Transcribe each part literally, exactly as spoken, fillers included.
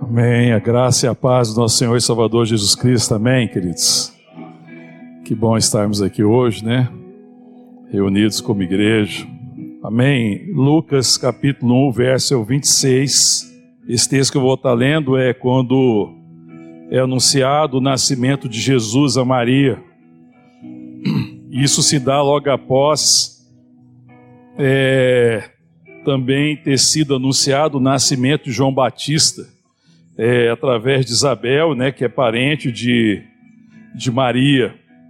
Amém. A graça e a paz do nosso Senhor e Salvador Jesus Cristo. Amém, queridos. Que bom estarmos aqui hoje, né? Reunidos como igreja. Amém. Lucas capítulo um, verso vinte e seis. Esse texto que eu vou estar lendo é quando é anunciado o nascimento de Jesus a Maria. Isso se dá logo após é, também ter sido anunciado o nascimento de João Batista. É, através de Isabel, né, que é parente de, de Maria.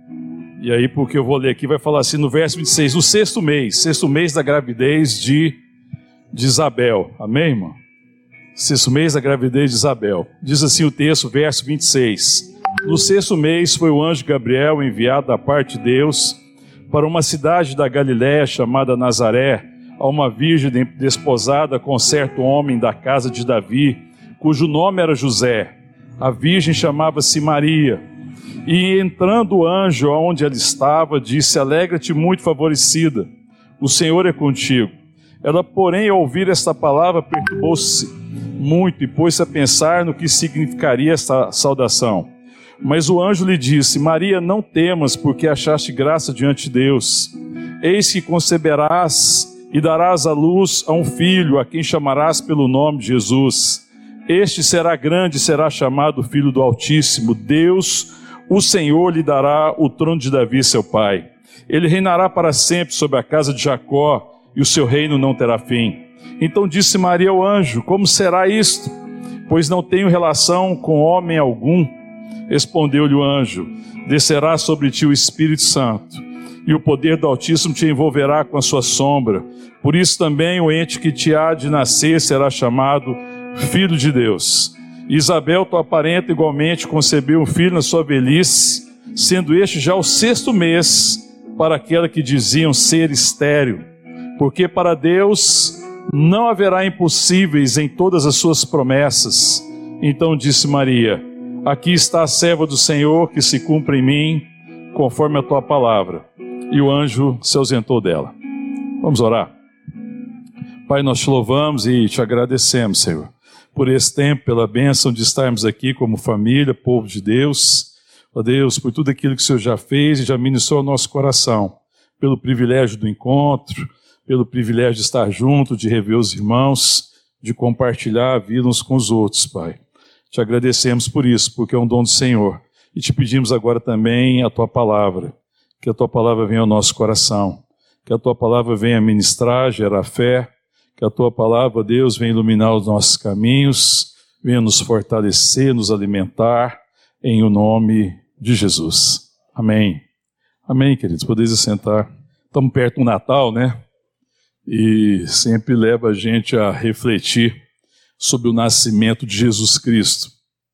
E aí, porque eu vou ler aqui, vai falar assim no verso vinte e seis, no sexto mês, sexto mês da gravidez de, de Isabel. Amém, irmão? Sexto mês da gravidez de Isabel. Diz assim o texto, verso vinte e seis. No sexto mês foi o anjo Gabriel enviado da parte de Deus para uma cidade da Galiléia chamada Nazaré, a uma virgem desposada com certo homem da casa de Davi, cujo nome era José. A virgem chamava-se Maria. E entrando o anjo aonde ela estava, disse: alegra-te muito favorecida, o Senhor é contigo. Ela, porém, ao ouvir esta palavra, perturbou-se muito e pôs-se a pensar no que significaria esta saudação. Mas o anjo lhe disse: Maria, não temas, porque achaste graça diante de Deus. Eis que conceberás e darás à luz a um filho, a quem chamarás pelo nome de Jesus. Este será grande e será chamado Filho do Altíssimo. Deus, o Senhor, lhe dará o trono de Davi, seu pai. Ele reinará para sempre sobre a casa de Jacó, e o seu reino não terá fim. Então disse Maria ao anjo: como será isto? Pois não tenho relação com homem algum. Respondeu-lhe o anjo: descerá sobre ti o Espírito Santo, e o poder do Altíssimo te envolverá com a sua sombra. Por isso também o ente que te há de nascer será chamado Filho de Deus. Isabel, tua parenta, igualmente concebeu um filho na sua velhice, sendo este já o sexto mês para aquela que diziam ser estéril, porque para Deus não haverá impossíveis em todas as suas promessas. Então disse Maria: aqui está a serva do Senhor, que se cumpre em mim conforme a tua palavra. E o anjo se ausentou dela. Vamos orar. Pai, nós te louvamos e te agradecemos, Senhor, por esse tempo, pela bênção de estarmos aqui como família, povo de Deus. Ó Deus, por tudo aquilo que o Senhor já fez e já ministrou ao nosso coração, pelo privilégio do encontro, pelo privilégio de estar junto, de rever os irmãos, de compartilhar a vida uns com os outros, Pai. Te agradecemos por isso, porque é um dom do Senhor. E te pedimos agora também a Tua palavra, que a Tua palavra venha ao nosso coração, que a Tua palavra venha ministrar, gerar fé, que a Tua palavra, Deus, venha iluminar os nossos caminhos, venha nos fortalecer, nos alimentar, em o nome de Jesus. Amém. Amém, queridos. Podeis assentar. Estamos perto do Natal, né? E sempre leva a gente a refletir sobre o nascimento de Jesus Cristo.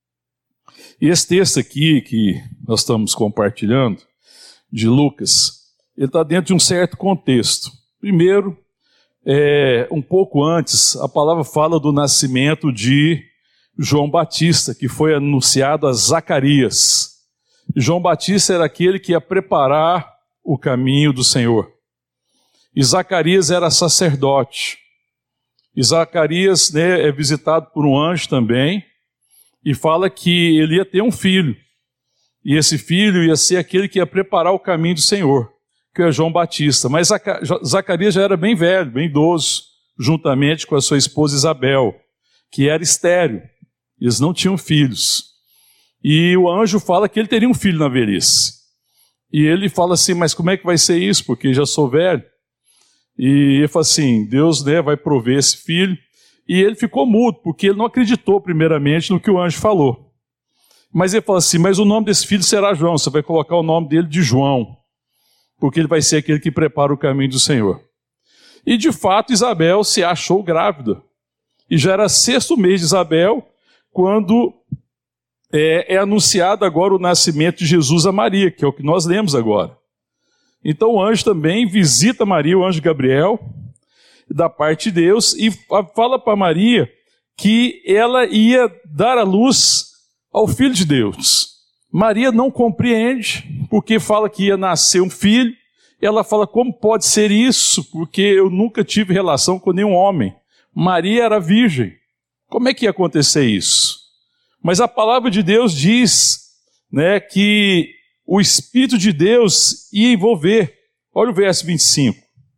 E esse texto aqui que nós estamos compartilhando, de Lucas, ele está dentro de um certo contexto. Primeiro, É, um pouco antes, a palavra fala do nascimento de João Batista, que foi anunciado a Zacarias. João Batista era aquele que ia preparar o caminho do Senhor. E Zacarias era sacerdote. E Zacarias, né, é visitado por um anjo também, e fala que ele ia ter um filho. E esse filho ia ser aquele que ia preparar o caminho do Senhor, que é João Batista. Mas Zacarias já era bem velho, bem idoso, juntamente com a sua esposa Isabel, que era estéril. Eles não tinham filhos. E o anjo fala que ele teria um filho na velhice. E ele fala assim: mas como é que vai ser isso? Porque já sou velho. E ele fala assim: Deus, né, vai prover esse filho. E ele ficou mudo, porque ele não acreditou primeiramente no que o anjo falou. Mas ele fala assim: mas o nome desse filho será João, você vai colocar o nome dele de João, porque ele vai ser aquele que prepara o caminho do Senhor. E de fato Isabel se achou grávida. E já era sexto mês de Isabel, quando é, é anunciado agora o nascimento de Jesus a Maria, que é o que nós lemos agora. Então o anjo também visita Maria, o anjo Gabriel, da parte de Deus, e fala para Maria que ela ia dar à luz ao Filho de Deus. Maria não compreende, porque fala que ia nascer um filho. Ela fala: como pode ser isso? Porque eu nunca tive relação com nenhum homem. Maria era virgem. Como é que ia acontecer isso? Mas a palavra de Deus diz, né, que o Espírito de Deus ia envolver. Olha o verso vinte e cinco.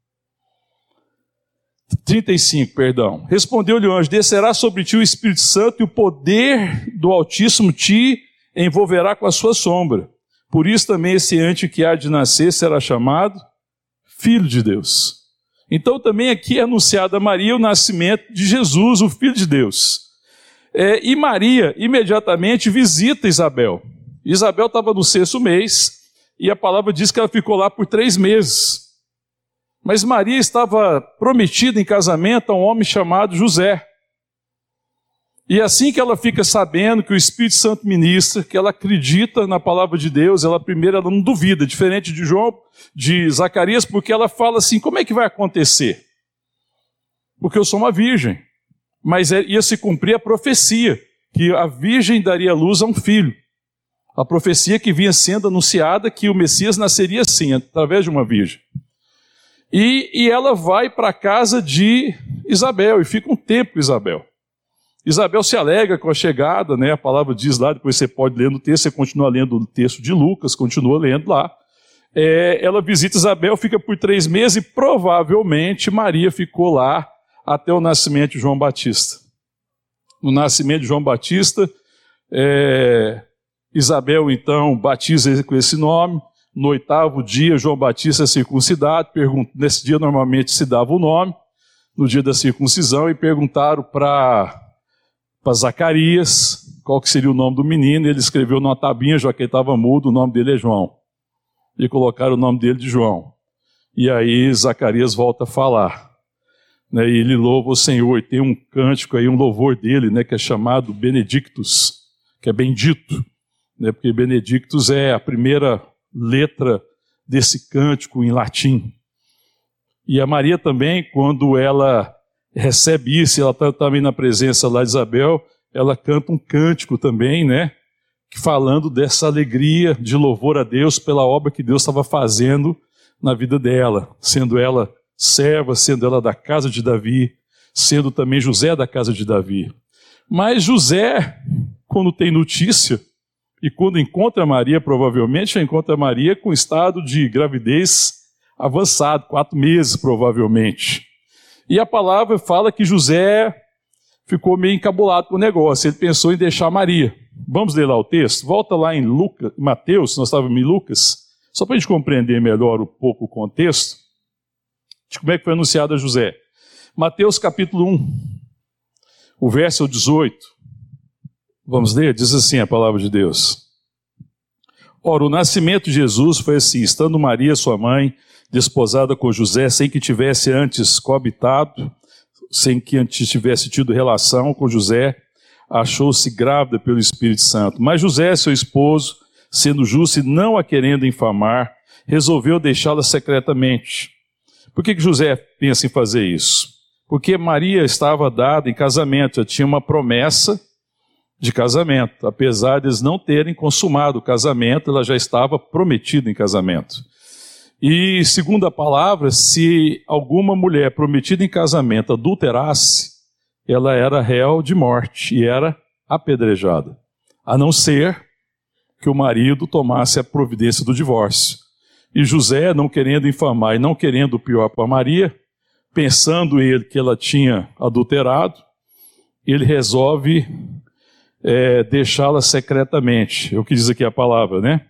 trinta e cinco, perdão. Respondeu-lhe o anjo: descerá sobre ti o Espírito Santo e o poder do Altíssimo te envolverá com a sua sombra. Por isso também esse ante que há de nascer será chamado Filho de Deus. Então também aqui é anunciado a Maria o nascimento de Jesus, o Filho de Deus. É, e Maria imediatamente visita Isabel. Isabel estava no sexto mês e a palavra diz que ela ficou lá por três meses. Mas Maria estava prometida em casamento a um homem chamado José. E assim que ela fica sabendo que o Espírito Santo ministra, que ela acredita na palavra de Deus, ela primeiro ela não duvida, diferente de João, de Zacarias, porque ela fala assim: como é que vai acontecer? Porque eu sou uma virgem. Mas ia se cumprir a profecia, que a virgem daria luz a um filho. A profecia que vinha sendo anunciada que o Messias nasceria assim, através de uma virgem. E, e ela vai para a casa de Isabel, e fica um tempo com Isabel. Isabel se alegra com a chegada, né? A palavra diz lá, depois você pode ler no texto, você continua lendo o texto de Lucas, continua lendo lá. É, ela visita Isabel, fica por três meses e provavelmente Maria ficou lá até o nascimento de João Batista. No nascimento de João Batista, é, Isabel então batiza com esse nome. No oitavo dia, João Batista é circuncidado. Pergunta, nesse dia normalmente se dava o nome, no dia da circuncisão, e perguntaram para para Zacarias qual que seria o nome do menino. Ele escreveu numa tabinha, já que ele estava mudo, o nome dele é João. E colocaram o nome dele de João. E aí Zacarias volta a falar, né, e ele louva o Senhor, e tem um cântico aí, um louvor dele, né, que é chamado Benedictus, que é bendito, né, porque Benedictus é a primeira letra desse cântico em latim. E a Maria também, quando ela recebe isso, ela está também na presença lá de Isabel, ela canta um cântico também, né, falando dessa alegria de louvor a Deus pela obra que Deus estava fazendo na vida dela, sendo ela serva, sendo ela da casa de Davi, sendo também José da casa de Davi. Mas José, quando tem notícia, e quando encontra Maria, provavelmente, encontra Maria com estado de gravidez avançado, quatro meses provavelmente. E a palavra fala que José ficou meio encabulado com o negócio, ele pensou em deixar Maria. Vamos ler lá o texto? Volta lá em Lucas, Mateus, nós estávamos em Lucas, só para a gente compreender melhor um pouco o contexto, de como é que foi anunciado a José. Mateus capítulo um, o verso dezoito. Vamos ler? Diz assim a palavra de Deus. Ora, o nascimento de Jesus foi assim: estando Maria, sua mãe, desposada com José, sem que tivesse antes coabitado, sem que antes tivesse tido relação com José, achou-se grávida pelo Espírito Santo. Mas José, seu esposo, sendo justo e não a querendo infamar, resolveu deixá-la secretamente. Por que que José pensa em fazer isso? Porque Maria estava dada em casamento, já tinha uma promessa de casamento. Apesar de eles não terem consumado o casamento, ela já estava prometida em casamento. E, segundo a palavra, se alguma mulher prometida em casamento adulterasse, ela era réu de morte e era apedrejada, a não ser que o marido tomasse a providência do divórcio. E José, não querendo infamar e não querendo o pior para Maria, pensando ele que ela tinha adulterado, ele resolve é, deixá-la secretamente. É o que diz aqui a palavra, né?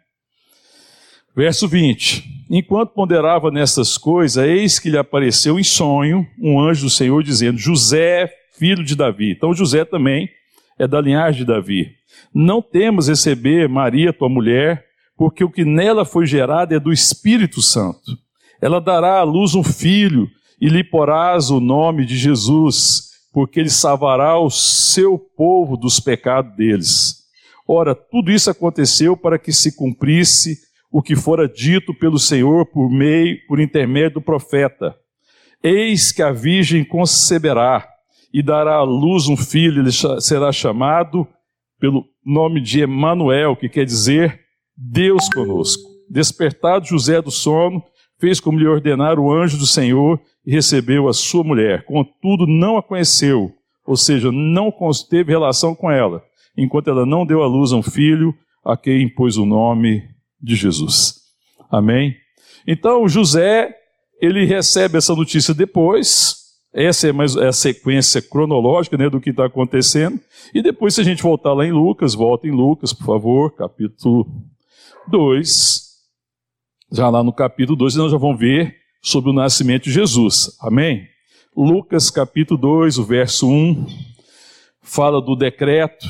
Verso vinte. Enquanto ponderava nessas coisas, eis que lhe apareceu em sonho um anjo do Senhor dizendo: José, filho de Davi. Então José também é da linhagem de Davi. Não temas receber Maria, tua mulher, porque o que nela foi gerado é do Espírito Santo. Ela dará à luz um filho, e lhe porás o nome de Jesus, porque ele salvará o seu povo dos pecados deles. Ora, tudo isso aconteceu para que se cumprisse o que fora dito pelo Senhor por meio, por intermédio do profeta. Eis que a virgem conceberá e dará à luz um filho, ele será chamado pelo nome de Emanuel, que quer dizer Deus conosco. Despertado José do sono, fez como lhe ordenara o anjo do Senhor e recebeu a sua mulher. Contudo, não a conheceu, ou seja, não teve relação com ela, enquanto ela não deu à luz a um filho, a quem impôs o nome de Jesus. Amém? Então, José, ele recebe essa notícia depois. Essa é, mais, é a sequência cronológica, né, do que está acontecendo. E depois, se a gente voltar lá em Lucas, volta em Lucas, por favor, capítulo dois. Já lá no capítulo dois, nós já vamos ver sobre o nascimento de Jesus. Amém? Lucas capítulo dois, o verso um, fala do decreto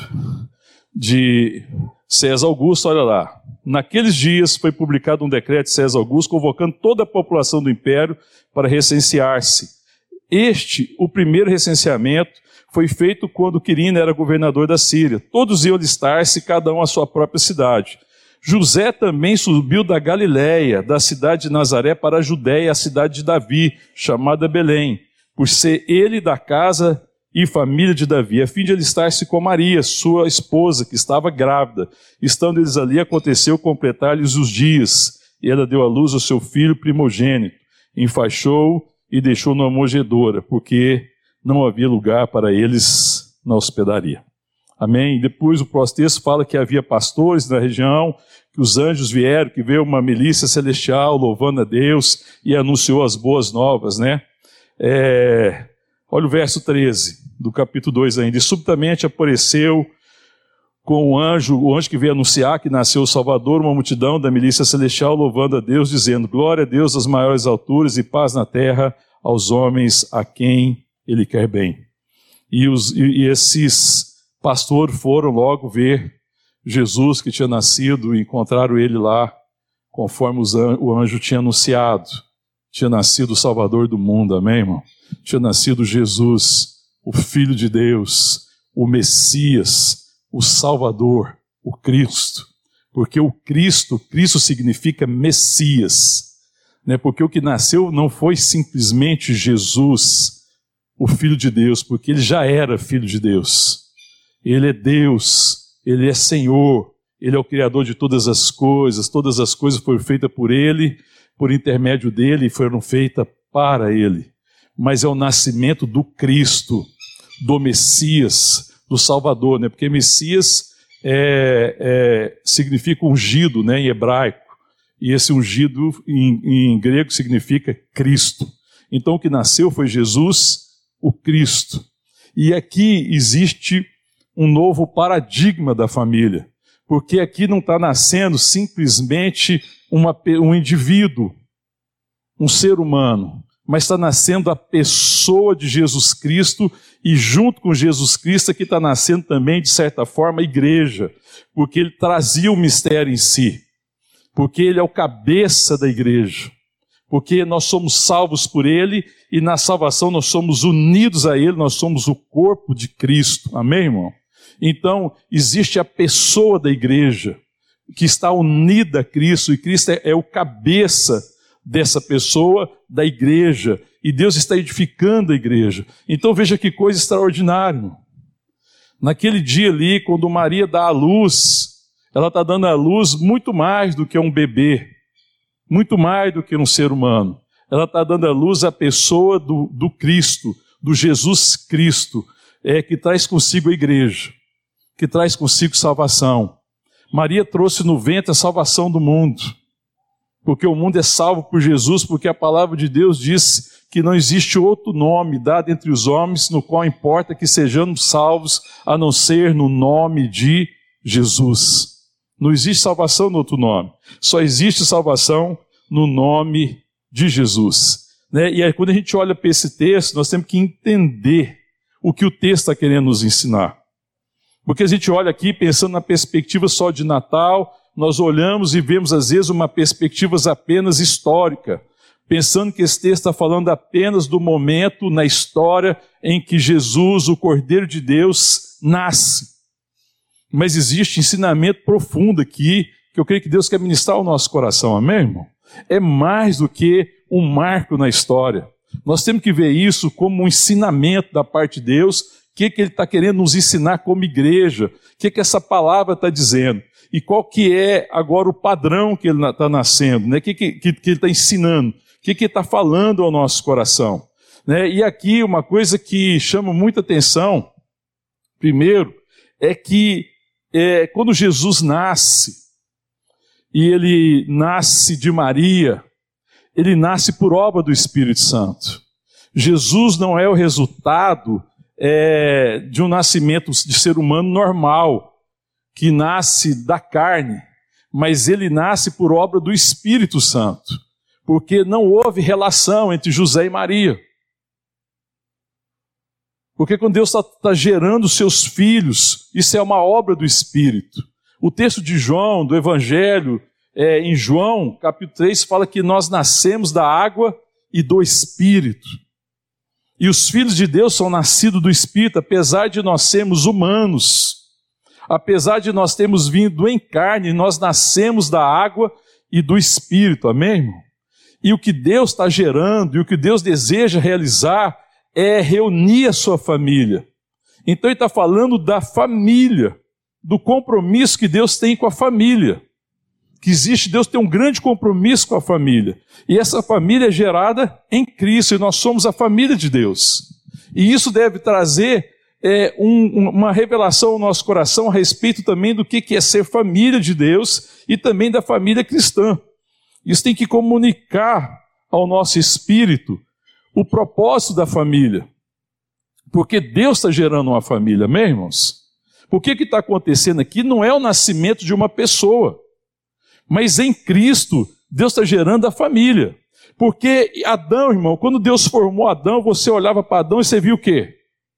de César Augusto. Olha lá. Naqueles dias foi publicado um decreto de César Augusto convocando toda a população do império para recensear-se. Este, o primeiro recenseamento, foi feito quando Quirino era governador da Síria. Todos iam listar-se, cada um à sua própria cidade. José também subiu da Galiléia, da cidade de Nazaré, para a Judéia, a cidade de Davi, chamada Belém, por ser ele da casa e família de Davi, a fim de alistar-se com Maria, sua esposa, que estava grávida. Estando eles ali, aconteceu completar-lhes os dias, e ela deu à luz ao seu filho primogênito, enfaixou e deixou numa manjedoura, porque não havia lugar para eles na hospedaria. Amém? Depois o próximo texto fala que havia pastores na região, que os anjos vieram, que veio uma milícia celestial louvando a Deus e anunciou as boas novas, né? É, olha o verso treze do capítulo dois ainda. E subitamente apareceu com o anjo, o anjo que veio anunciar que nasceu o Salvador, uma multidão da milícia celestial louvando a Deus, dizendo: glória a Deus às maiores alturas e paz na terra aos homens a quem Ele quer bem. E, os, e, e esses pastores foram logo ver Jesus que tinha nascido e encontraram Ele lá, conforme os an, o anjo tinha anunciado. Tinha nascido o Salvador do mundo, amém, irmão? Tinha nascido Jesus, o Filho de Deus, o Messias, o Salvador, o Cristo, porque o Cristo, Cristo significa Messias, né? Porque o que nasceu não foi simplesmente Jesus, o Filho de Deus, porque ele já era Filho de Deus, ele é Deus, ele é Senhor, ele é o Criador de todas as coisas, todas as coisas foram feitas por ele, por intermédio dele e foram feitas para ele, mas é o nascimento do Cristo, do Messias, do Salvador, né? Porque Messias é, é, significa ungido, né, em hebraico, e esse ungido em, em grego significa Cristo. Então o que nasceu foi Jesus, o Cristo. E aqui existe um novo paradigma da família, porque aqui não está nascendo simplesmente uma, um indivíduo, um ser humano, mas está nascendo a pessoa de Jesus Cristo, e junto com Jesus Cristo aqui está nascendo também, de certa forma, a igreja, porque ele trazia o mistério em si, porque ele é o cabeça da igreja, porque nós somos salvos por ele, e na salvação nós somos unidos a ele, nós somos o corpo de Cristo, amém, irmão? Então, existe a pessoa da igreja, que está unida a Cristo, e Cristo é, é o cabeça dessa pessoa, da igreja, e Deus está edificando a igreja. Então veja que coisa extraordinária, irmão. Naquele dia ali, quando Maria dá à luz, ela está dando à luz muito mais do que um bebê, muito mais do que um ser humano. Ela está dando à luz a pessoa do, do Cristo, do Jesus Cristo, é, que traz consigo a igreja, que traz consigo salvação. Maria trouxe no ventre a salvação do mundo, porque o mundo é salvo por Jesus, porque a palavra de Deus diz que não existe outro nome dado entre os homens no qual importa que sejamos salvos, a não ser no nome de Jesus. Não existe salvação no outro nome, só existe salvação no nome de Jesus. Né? E aí quando a gente olha para esse texto, nós temos que entender o que o texto está querendo nos ensinar. Porque a gente olha aqui pensando na perspectiva só de Natal, nós olhamos e vemos às vezes uma perspectiva apenas histórica, pensando que esse texto está falando apenas do momento na história em que Jesus, o Cordeiro de Deus, nasce. Mas existe ensinamento profundo aqui, que eu creio que Deus quer ministrar ao nosso coração, amém, irmão? É mais do que um marco na história. Nós temos que ver isso como um ensinamento da parte de Deus, o que, que Ele está querendo nos ensinar como igreja, o que, que essa palavra está dizendo. E qual que é agora o padrão que ele está nascendo, né? O que, que, que ele está ensinando, o que, que ele está falando ao nosso coração. Né? E aqui uma coisa que chama muita atenção, primeiro, é que é, quando Jesus nasce, e ele nasce de Maria, ele nasce por obra do Espírito Santo. Jesus não é o resultado é, de um nascimento de ser humano normal, que nasce da carne, mas ele nasce por obra do Espírito Santo, porque não houve relação entre José e Maria. Porque quando Deus está tá gerando seus filhos, isso é uma obra do Espírito. O texto de João, do Evangelho, é, em João, capítulo três, fala que nós nascemos da água e do Espírito. E os filhos de Deus são nascidos do Espírito, apesar de nós sermos humanos. Apesar de nós termos vindo em carne, nós nascemos da água e do Espírito, amém, irmão? E o que Deus está gerando, e o que Deus deseja realizar, é reunir a sua família. Então ele está falando da família, do compromisso que Deus tem com a família. Que existe, Deus tem um grande compromisso com a família. E essa família é gerada em Cristo, e nós somos a família de Deus. E isso deve trazer é, um, uma revelação ao nosso coração a respeito também do que, que é ser família de Deus e também da família cristã. Isso tem que comunicar ao nosso espírito o propósito da família. Porque Deus está gerando uma família, amém, irmãos? Porque o que está acontecendo aqui não é o nascimento de uma pessoa, mas em Cristo, Deus está gerando a família. Porque Adão, irmão, quando Deus formou Adão, você olhava para Adão e você viu o quê?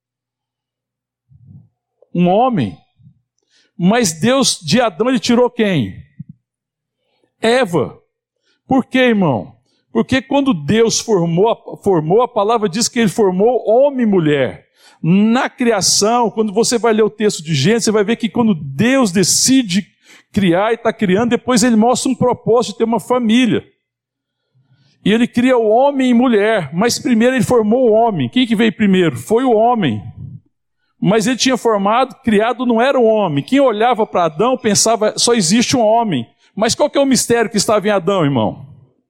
Um homem. Mas Deus, de Adão, ele tirou quem? Eva. Por quê, irmão? Porque quando Deus formou, formou, a palavra diz que ele formou homem e mulher. Na criação, quando você vai ler o texto de Gênesis, você vai ver que quando Deus decide criar e está criando, depois ele mostra um propósito de ter uma família. E ele cria o homem e mulher, mas primeiro ele formou o homem. Quem que veio primeiro? Foi o homem. Mas ele tinha formado, criado não era o homem. Quem olhava para Adão pensava, só existe um homem. Mas qual que é o mistério que estava em Adão, irmão?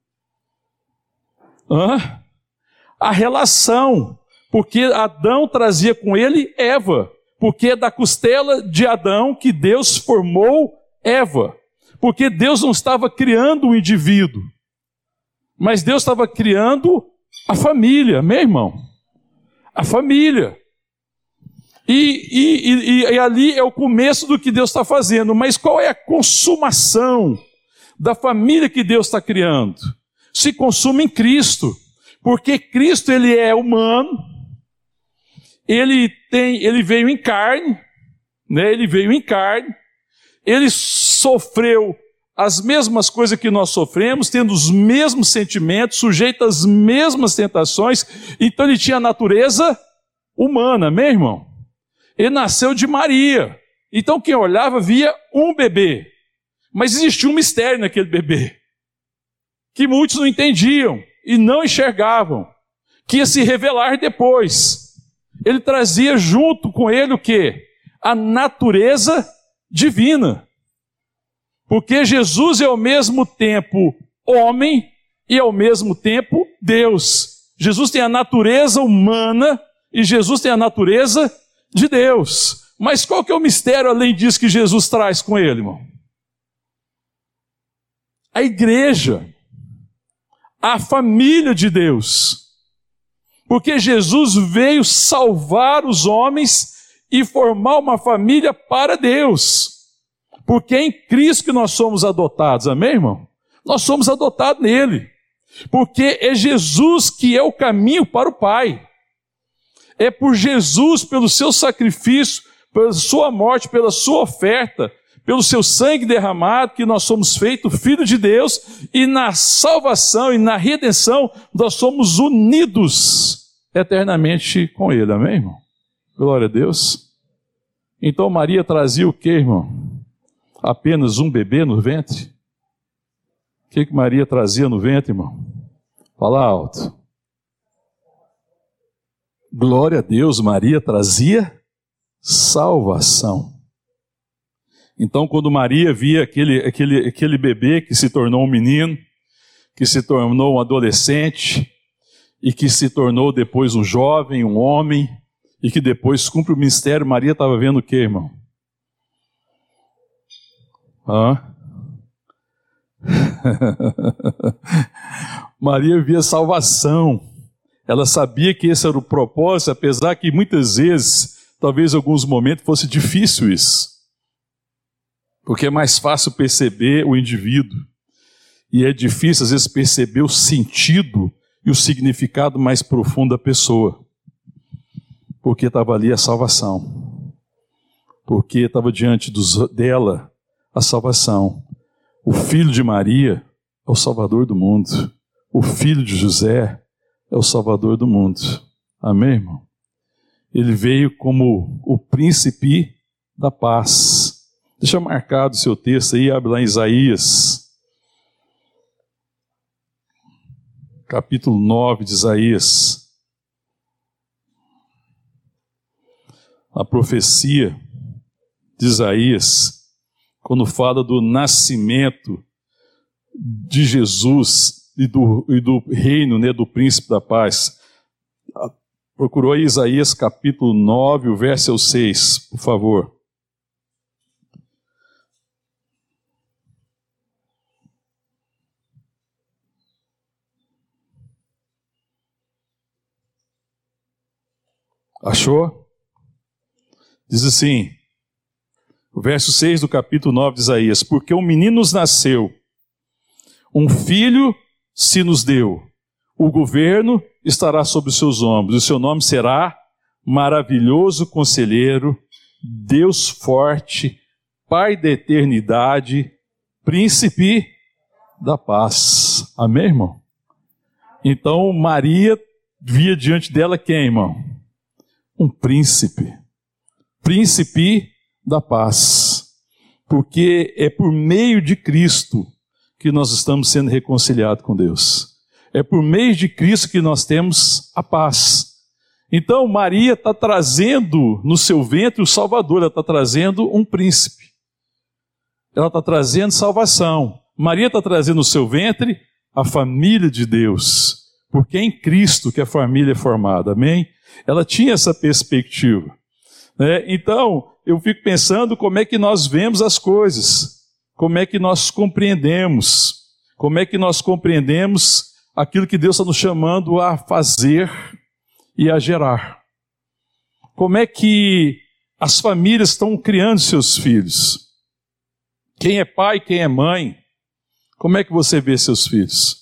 Hã? A relação. Porque Adão trazia com ele Eva. Porque é da costela de Adão que Deus formou Eva. Porque Deus não estava criando um indivíduo, mas Deus estava criando a família, meu irmão. A família. E, e, e, e ali é o começo do que Deus está fazendo. Mas qual é a consumação da família que Deus está criando? Se consuma em Cristo. Porque Cristo, ele é humano, ele, tem, ele veio em carne, né? Ele veio em carne, ele sofreu as mesmas coisas que nós sofremos, tendo os mesmos sentimentos, sujeito às mesmas tentações, então ele tinha a natureza humana, meu irmão. Ele nasceu de Maria, então quem olhava via um bebê, mas existia um mistério naquele bebê, que muitos não entendiam e não enxergavam, que ia se revelar depois. Ele trazia junto com ele o quê? A natureza divina. Porque Jesus é ao mesmo tempo homem e ao mesmo tempo Deus. Jesus tem a natureza humana e Jesus tem a natureza de Deus. Mas qual que é o mistério além disso que Jesus traz com ele, irmão? A igreja, a família de Deus. Porque Jesus veio salvar os homens e formar uma família para Deus. Porque é em Cristo que nós somos adotados, amém, irmão? Nós somos adotados nele. Porque é Jesus que é o caminho para o Pai. É por Jesus, pelo seu sacrifício, pela sua morte, pela sua oferta, pelo seu sangue derramado, que nós somos feitos filhos de Deus, e na salvação e na redenção, nós somos unidos eternamente com Ele, amém, irmão? Glória a Deus. Então Maria trazia o quê, irmão? Apenas um bebê no ventre? O que que Maria trazia no ventre, irmão? Fala alto. Glória a Deus, Maria trazia salvação. Então, quando Maria via aquele, aquele, aquele bebê que se tornou um menino, que se tornou um adolescente, e que se tornou depois um jovem, um homem, e que depois cumpre o ministério, Maria estava vendo o quê, irmão? Hã? Maria via salvação. Ela sabia que esse era o propósito, apesar que muitas vezes, talvez em alguns momentos, fosse difícil isso. Porque é mais fácil perceber o indivíduo. E é difícil, às vezes, perceber o sentido e o significado mais profundo da pessoa. Porque estava ali a salvação. Porque estava diante dos, dela a salvação. O filho de Maria é o Salvador do mundo. O filho de José é o Salvador do mundo. Amém, irmão? Ele veio como o príncipe da paz. Deixa marcado o seu texto aí, abre lá em Isaías. Capítulo nove de Isaías. A profecia de Isaías, quando fala do nascimento de Jesus e do, e do reino, né, do príncipe da paz. Procurou aí Isaías capítulo nove, o verso é o seis, por favor. Achou? Diz assim, o verso seis do capítulo nove de Isaías: porque um menino nos nasceu, um filho se nos deu, o governo estará sobre os seus ombros, o seu nome será Maravilhoso Conselheiro, Deus Forte, Pai da Eternidade, Príncipe da Paz. Amém, irmão? Então Maria via diante dela quem, irmão? Um príncipe. Príncipe da paz. Porque é por meio de Cristo que nós estamos sendo reconciliados com Deus. É por meio de Cristo que nós temos a paz. Então Maria está trazendo no seu ventre o Salvador, ela está trazendo um príncipe. Ela está trazendo salvação. Maria está trazendo no seu ventre a família de Deus. Porque é em Cristo que a família é formada, amém? Ela tinha essa perspectiva. Né? Então, eu fico pensando como é que nós vemos as coisas, como é que nós compreendemos, como é que nós compreendemos aquilo que Deus está nos chamando a fazer e a gerar. Como é que as famílias estão criando seus filhos? Quem é pai, quem é mãe? Como é que você vê seus filhos?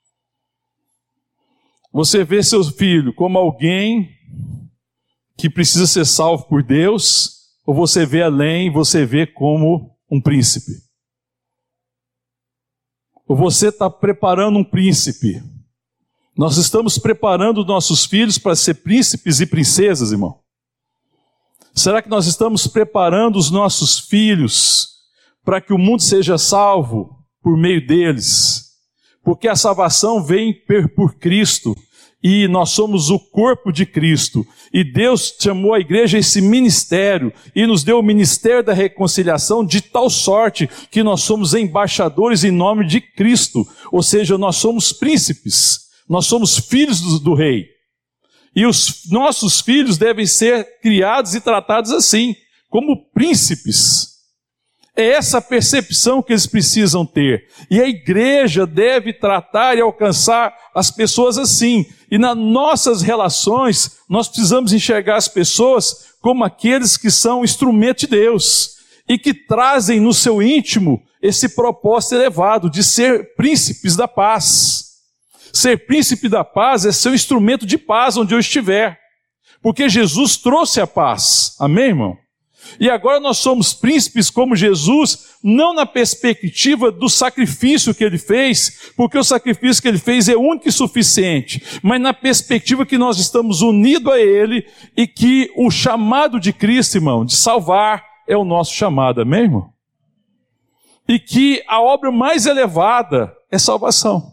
Você vê seu filho como alguém que precisa ser salvo por Deus, ou você vê além, você vê como um príncipe? Ou você está preparando um príncipe? Nós estamos preparando nossos filhos para ser príncipes e princesas, irmão? Será que nós estamos preparando os nossos filhos para que o mundo seja salvo por meio deles? Porque a salvação vem por Cristo e nós somos o corpo de Cristo. E Deus chamou a igreja a esse ministério e nos deu o ministério da reconciliação de tal sorte que nós somos embaixadores em nome de Cristo. Ou seja, nós somos príncipes, nós somos filhos do, do rei. E os nossos filhos devem ser criados e tratados assim, como príncipes. É essa percepção que eles precisam ter. E a igreja deve tratar e alcançar as pessoas assim. E nas nossas relações, nós precisamos enxergar as pessoas como aqueles que são instrumento de Deus e que trazem no seu íntimo esse propósito elevado de ser príncipes da paz. Ser príncipe da paz é ser um instrumento de paz onde eu estiver. Porque Jesus trouxe a paz. Amém, irmão? E agora nós somos príncipes como Jesus, não na perspectiva do sacrifício que ele fez, porque o sacrifício que ele fez é único e suficiente, mas na perspectiva que nós estamos unidos a ele e que o chamado de Cristo, irmão, de salvar, é o nosso chamado, amém, irmão? E que a obra mais elevada é salvação.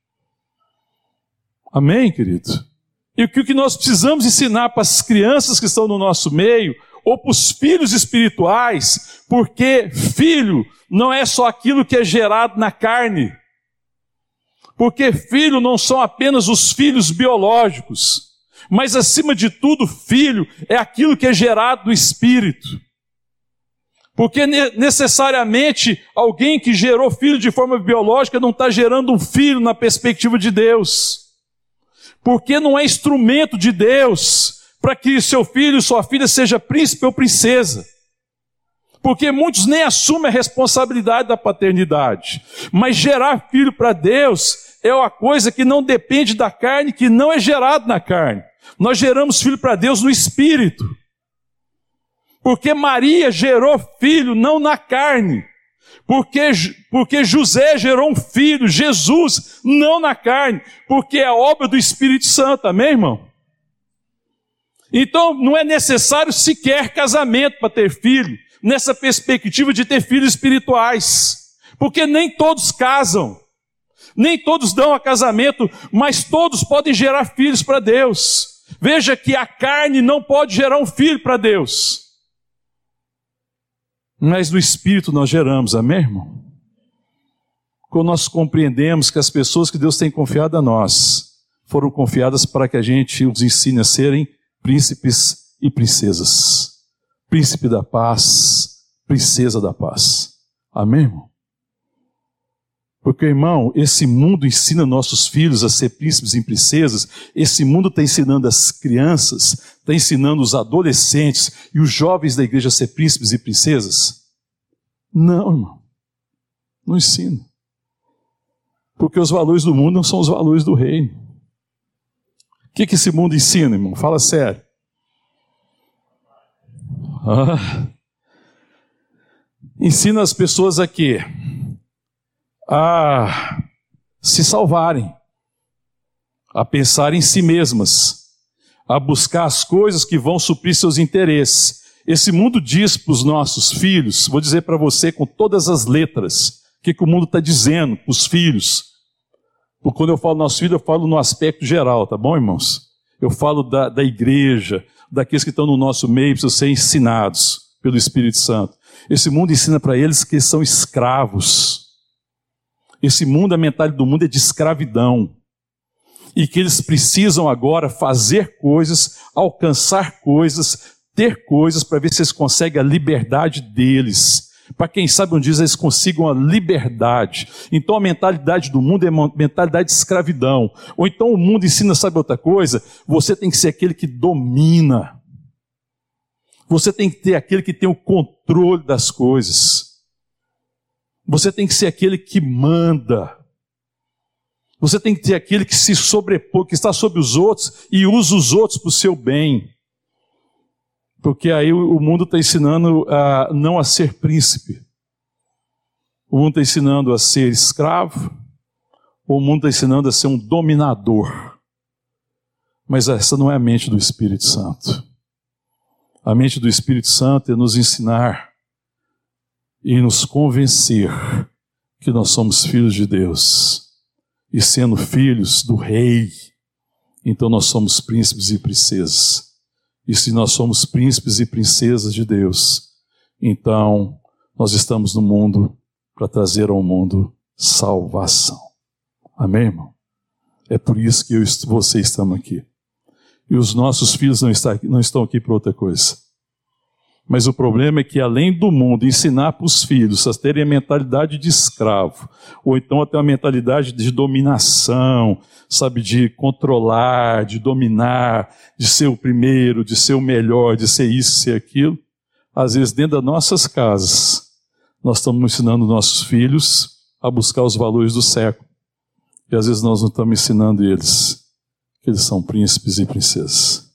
Amém, querido? E o que nós precisamos ensinar para as crianças que estão no nosso meio, ou para os filhos espirituais, porque filho não é só aquilo que é gerado na carne, porque filho não são apenas os filhos biológicos, mas acima de tudo filho é aquilo que é gerado do Espírito. Porque necessariamente alguém que gerou filho de forma biológica não está gerando um filho na perspectiva de Deus. Porque não é instrumento de Deus para que seu filho e sua filha seja príncipe ou princesa. Porque muitos nem assumem a responsabilidade da paternidade. Mas gerar filho para Deus é uma coisa que não depende da carne, que não é gerado na carne. Nós geramos filho para Deus no Espírito. Porque Maria gerou filho não na carne. Porque, porque José gerou um filho, Jesus, não na carne. Porque é obra do Espírito Santo, amém, irmão? Então não é necessário sequer casamento para ter filho, nessa perspectiva de ter filhos espirituais. Porque nem todos casam, nem todos dão a casamento, mas todos podem gerar filhos para Deus. Veja que a carne não pode gerar um filho para Deus. Mas no Espírito nós geramos, amém, irmão? Quando nós compreendemos que as pessoas que Deus tem confiado a nós, foram confiadas para que a gente os ensine a serem príncipes e princesas. Príncipe da paz, princesa da paz. Amém, irmão? Porque, irmão, esse mundo ensina nossos filhos a ser príncipes e princesas, esse mundo está ensinando as crianças, está ensinando os adolescentes e os jovens da igreja a ser príncipes e princesas? Não, irmão, não ensina. Porque os valores do mundo não são os valores do reino. O que, que esse mundo ensina, irmão? Fala sério. Ah, ensina as pessoas a quê? A se salvarem, a pensar em si mesmas, a buscar as coisas que vão suprir seus interesses. Esse mundo diz para os nossos filhos, vou dizer para você com todas as letras, o que, que o mundo está dizendo para os filhos. Porque quando eu falo nosso filho, eu falo no aspecto geral, tá bom, irmãos? Eu falo da, da igreja, daqueles que estão no nosso meio, precisam ser ensinados pelo Espírito Santo. Esse mundo ensina para eles que são escravos. Esse mundo, a mentalidade do mundo é de escravidão. E que eles precisam agora fazer coisas, alcançar coisas, ter coisas para ver se eles conseguem a liberdade deles. Para quem sabe um dia eles consigam a liberdade. Então a mentalidade do mundo é uma mentalidade de escravidão. Ou então o mundo ensina, sabe outra coisa? Você tem que ser aquele que domina. Você tem que ter aquele que tem o controle das coisas. Você tem que ser aquele que manda. Você tem que ter aquele que se sobrepõe, que está sobre os outros e usa os outros para o seu bem. Porque aí o mundo está ensinando a não a ser príncipe. O mundo está ensinando a ser escravo. O mundo está ensinando a ser um dominador. Mas essa não é a mente do Espírito Santo. A mente do Espírito Santo é nos ensinar e nos convencer que nós somos filhos de Deus. E sendo filhos do Rei, então nós somos príncipes e princesas. E se nós somos príncipes e princesas de Deus, então nós estamos no mundo para trazer ao mundo salvação. Amém, irmão? É por isso que eu e você estamos aqui. E os nossos filhos não estão aqui, não estão aqui para outra coisa. Mas o problema é que, além do mundo ensinar para os filhos a terem a mentalidade de escravo, ou então a ter uma mentalidade de dominação, sabe, de controlar, de dominar, de ser o primeiro, de ser o melhor, de ser isso, ser aquilo, às vezes dentro das nossas casas, nós estamos ensinando nossos filhos a buscar os valores do século. E às vezes nós não estamos ensinando eles que eles são príncipes e princesas.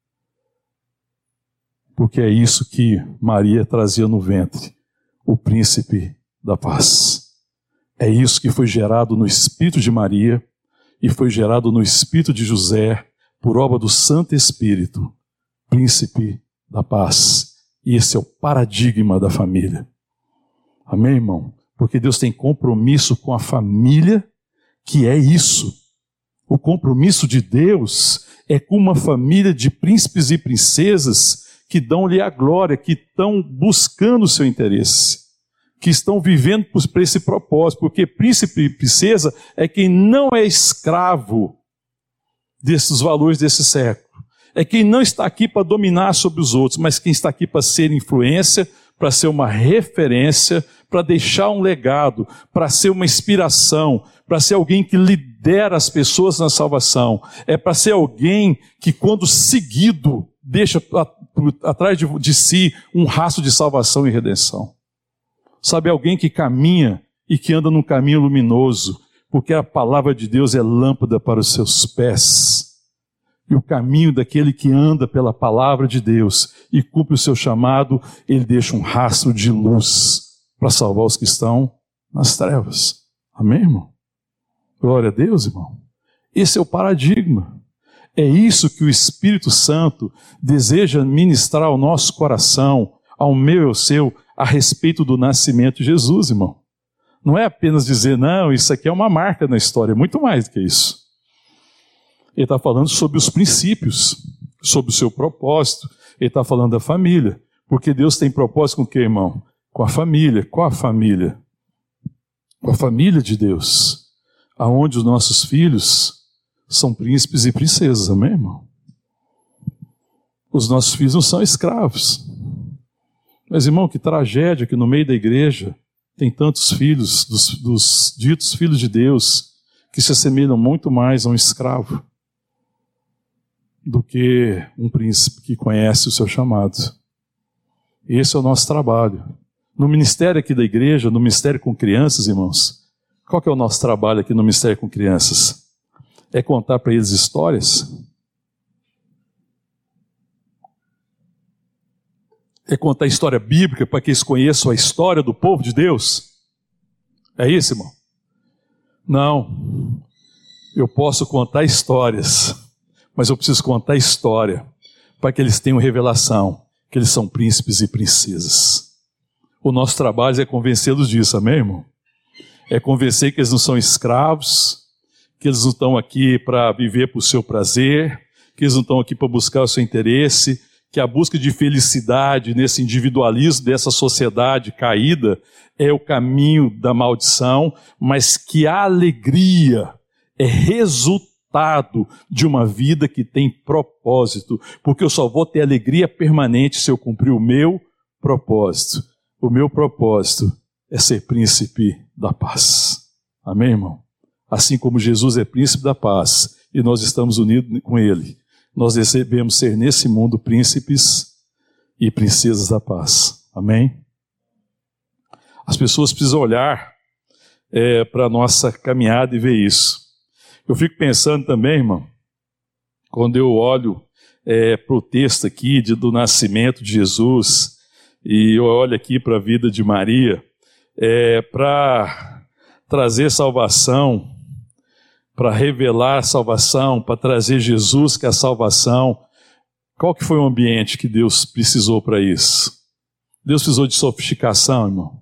Porque é isso que Maria trazia no ventre, o príncipe da paz. É isso que foi gerado no espírito de Maria e foi gerado no espírito de José, por obra do Santo Espírito, príncipe da paz. E esse é o paradigma da família. Amém, irmão? Porque Deus tem compromisso com a família, que é isso. O compromisso de Deus é com uma família de príncipes e princesas que dão-lhe a glória, que estão buscando o seu interesse, que estão vivendo por esse propósito, porque príncipe e princesa é quem não é escravo desses valores desse século, é quem não está aqui para dominar sobre os outros, mas quem está aqui para ser influência, para ser uma referência, para deixar um legado, para ser uma inspiração, para ser alguém que lidera as pessoas na salvação. É para ser alguém que, quando seguido, deixa atrás de, de si um rastro de salvação e redenção. Sabe, alguém que caminha e que anda num caminho luminoso, porque a palavra de Deus é lâmpada para os seus pés. E o caminho daquele que anda pela palavra de Deus e cumpre o seu chamado, ele deixa um rastro de luz para salvar os que estão nas trevas. Amém, irmão? Glória a Deus, irmão. Esse é o paradigma. É isso que o Espírito Santo deseja ministrar ao nosso coração, ao meu e ao seu, a respeito do nascimento de Jesus, irmão. Não é apenas dizer, não, isso aqui é uma marca na história, é muito mais do que isso. Ele está falando sobre os princípios, sobre o seu propósito, ele está falando da família, porque Deus tem propósito com o que, irmão? Com a família. Qual a família? Com a família de Deus, aonde os nossos filhos são príncipes e princesas, amém, irmão? Os nossos filhos não são escravos. Mas, irmão, que tragédia que no meio da igreja tem tantos filhos, dos, dos ditos filhos de Deus, que se assemelham muito mais a um escravo do que um príncipe que conhece o seu chamado. Esse é o nosso trabalho. No ministério aqui da igreja, no ministério com crianças, irmãos, qual que é o nosso trabalho aqui no ministério com crianças? É contar para eles histórias? É contar a história bíblica para que eles conheçam a história do povo de Deus? É isso, irmão? Não. Eu posso contar histórias, mas eu preciso contar a história para que eles tenham revelação, que eles são príncipes e princesas. O nosso trabalho é convencê-los disso, amém, irmão? É convencer que eles não são escravos, que eles não estão aqui para viver por seu prazer, que eles não estão aqui para buscar o seu interesse, que a busca de felicidade nesse individualismo dessa sociedade caída é o caminho da maldição, mas que a alegria é resultado de uma vida que tem propósito, porque eu só vou ter alegria permanente se eu cumprir o meu propósito. O meu propósito é ser príncipe da paz. Amém, irmão? Assim como Jesus é príncipe da paz e nós estamos unidos com ele, nós devemos ser nesse mundo príncipes e princesas da paz. Amém? As pessoas precisam olhar é, para a nossa caminhada e ver isso. Eu fico pensando também, irmão, quando eu olho é, para o texto aqui de, do nascimento de Jesus, e eu olho aqui para a vida de Maria, é, para trazer salvação, para revelar a salvação, para trazer Jesus que é a salvação. Qual que foi o ambiente que Deus precisou para isso? Deus precisou de sofisticação, irmão.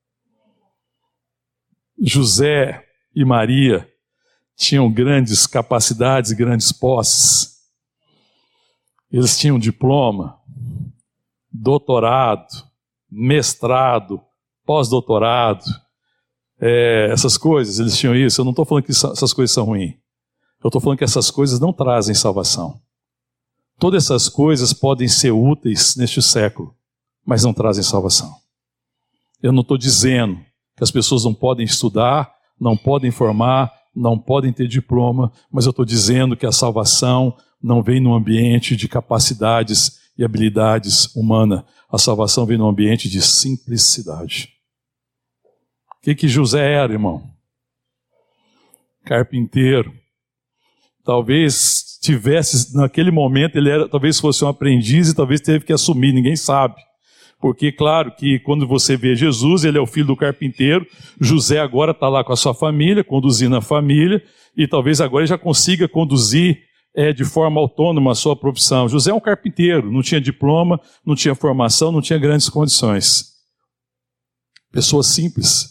José e Maria tinham grandes capacidades e grandes posses. Eles tinham diploma, doutorado, mestrado, pós-doutorado, é, essas coisas, eles tinham isso. Eu não estou falando que essas coisas são ruins. Eu estou falando que essas coisas não trazem salvação. Todas essas coisas podem ser úteis neste século, mas não trazem salvação. Eu não estou dizendo que as pessoas não podem estudar, não podem formar, não podem ter diploma, mas eu estou dizendo que a salvação não vem num ambiente de capacidades e habilidades humanas. A salvação vem num ambiente de simplicidade. O que que José era, irmão? Carpinteiro. Talvez tivesse, naquele momento, ele era, talvez fosse um aprendiz e talvez teve que assumir, ninguém sabe. Porque, claro, que quando você vê Jesus, ele é o filho do carpinteiro, José agora está lá com a sua família, conduzindo a família, e talvez agora ele já consiga conduzir é, de forma autônoma a sua profissão. José é um carpinteiro, não tinha diploma, não tinha formação, não tinha grandes condições. Pessoa simples.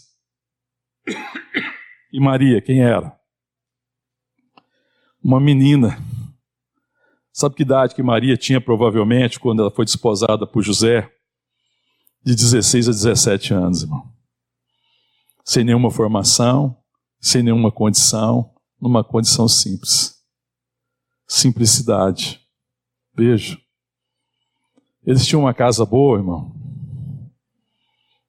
E Maria, quem era? Uma menina. Sabe que idade que Maria tinha provavelmente quando ela foi desposada por José? De dezesseis a dezessete anos, irmão. Sem nenhuma formação, sem nenhuma condição, numa condição simples. Simplicidade. Veja. Eles tinham uma casa boa, irmão.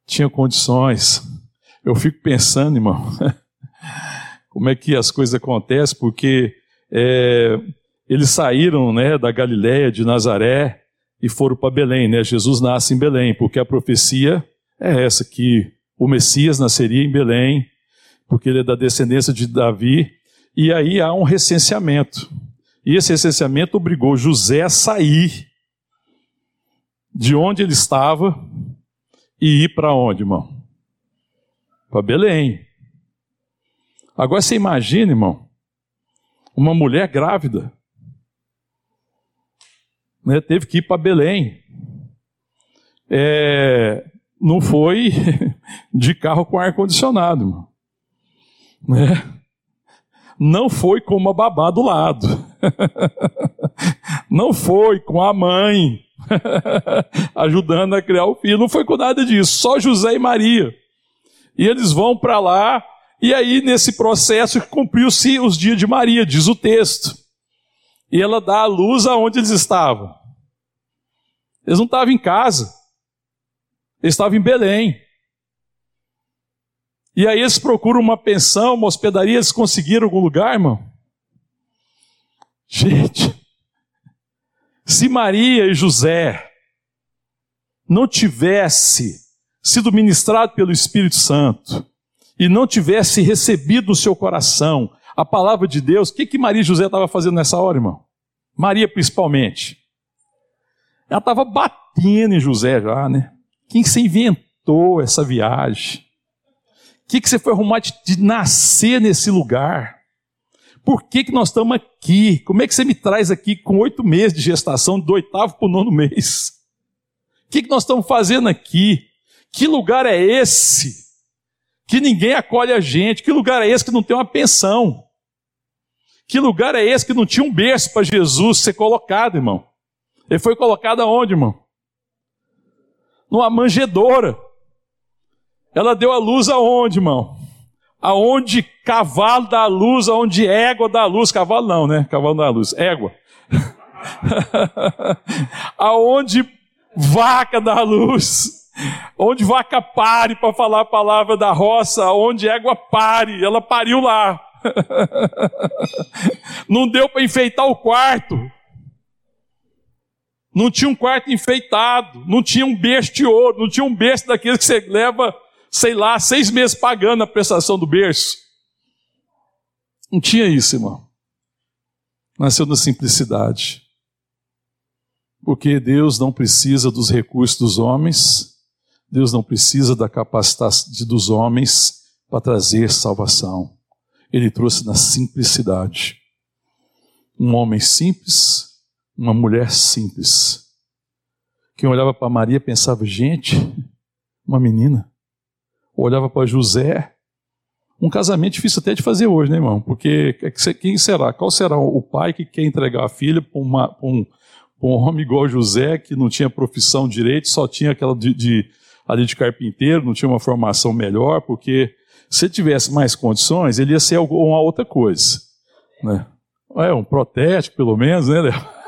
tinha condições. Eu fico pensando, irmão, como é que as coisas acontecem, porque é, eles saíram, né, da Galiléia, de Nazaré, e foram para Belém, né? Jesus nasce em Belém, porque a profecia é essa, que o Messias nasceria em Belém, porque ele é da descendência de Davi, e aí há um recenseamento. E esse recenseamento obrigou José a sair de onde ele estava e ir para onde, irmão? Para Belém. Agora você imagina, irmão, uma mulher grávida, né, teve que ir para Belém. É, não foi de carro com ar-condicionado, irmão. Né? Não foi com uma babá do lado. Não foi com a mãe ajudando a criar o filho. Não foi com nada disso. Só José e Maria. E eles vão para lá. E aí, nesse processo, cumpriu-se os dias de Maria, diz o texto. E ela dá a luz aonde eles estavam. Eles não estavam em casa. Eles estavam em Belém. E aí eles procuram uma pensão, uma hospedaria, eles conseguiram algum lugar, irmão? Gente, se Maria e José não tivesse sido ministrado pelo Espírito Santo e não tivesse recebido no seu coração a palavra de Deus, o que, que Maria e José estavam fazendo nessa hora, irmão? Maria principalmente. Ela estava batendo em José já, né? Quem que você inventou essa viagem? O que, que você foi arrumar de, de nascer nesse lugar? Por que, que nós estamos aqui? Como é que você me traz aqui com oito meses de gestação, do oitavo para o nono mês? O que, que nós estamos fazendo aqui? Que lugar é esse? Que ninguém acolhe a gente? Que lugar é esse que não tem uma pensão? Que lugar é esse que não tinha um berço para Jesus ser colocado, irmão? Ele foi colocado aonde, irmão? Numa manjedoura. Ela deu a luz aonde, irmão? Aonde cavalo dá a luz, aonde égua dá a luz. Cavalo não, né? Cavalo dá a luz. Égua. Aonde vaca dá a luz. Onde vaca pare para falar a palavra da roça. Onde égua pare. Ela pariu lá. Não deu para enfeitar o quarto. Não tinha um quarto enfeitado. Não tinha um berço de ouro. Não tinha um berço daqueles que você leva, sei lá, seis meses pagando a prestação do berço. Não tinha isso, irmão. Nasceu na simplicidade. Porque Deus não precisa dos recursos dos homens, Deus não precisa da capacidade dos homens para trazer salvação. Ele trouxe na simplicidade. Um homem simples, uma mulher simples. Quem olhava para Maria pensava, gente, uma menina. Olhava para José, um casamento difícil até de fazer hoje, né, irmão? Porque quem será? Qual será o pai que quer entregar a filha para uma, para um, para um homem igual José, que não tinha profissão direito, só tinha aquela de, de, ali de carpinteiro, não tinha uma formação melhor, porque se ele tivesse mais condições, ele ia ser uma outra coisa, né? É, um protético, pelo menos, né?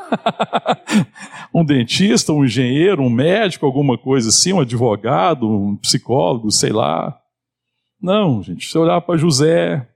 Um dentista, um engenheiro, um médico, alguma coisa assim, um advogado, um psicólogo, sei lá. Não, gente, você olhava para José,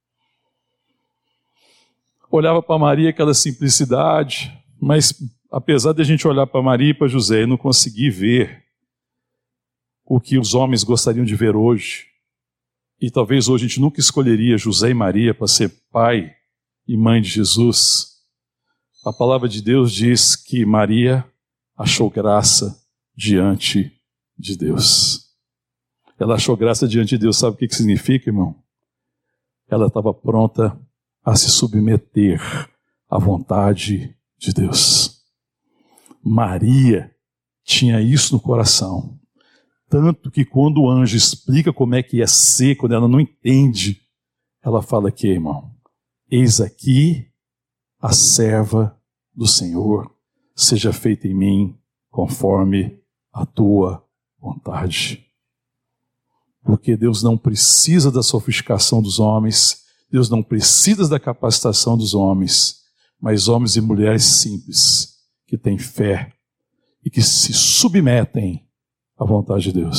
olhava para Maria, aquela simplicidade, mas apesar de a gente olhar para Maria e para José e não conseguir ver o que os homens gostariam de ver hoje, e talvez hoje a gente nunca escolheria José e Maria para ser pai e mãe de Jesus, a palavra de Deus diz que Maria achou graça diante de Deus. Ela achou graça diante de Deus. Sabe o que significa, irmão? Ela estava pronta a se submeter à vontade de Deus. Maria tinha isso no coração. Tanto que quando o anjo explica como é que ia ser, quando ela não entende, ela fala aqui, irmão, eis aqui a serva do Senhor, seja feita em mim conforme a tua vontade. Porque Deus não precisa da sofisticação dos homens, Deus não precisa da capacitação dos homens, mas homens e mulheres simples, que têm fé e que se submetem à vontade de Deus.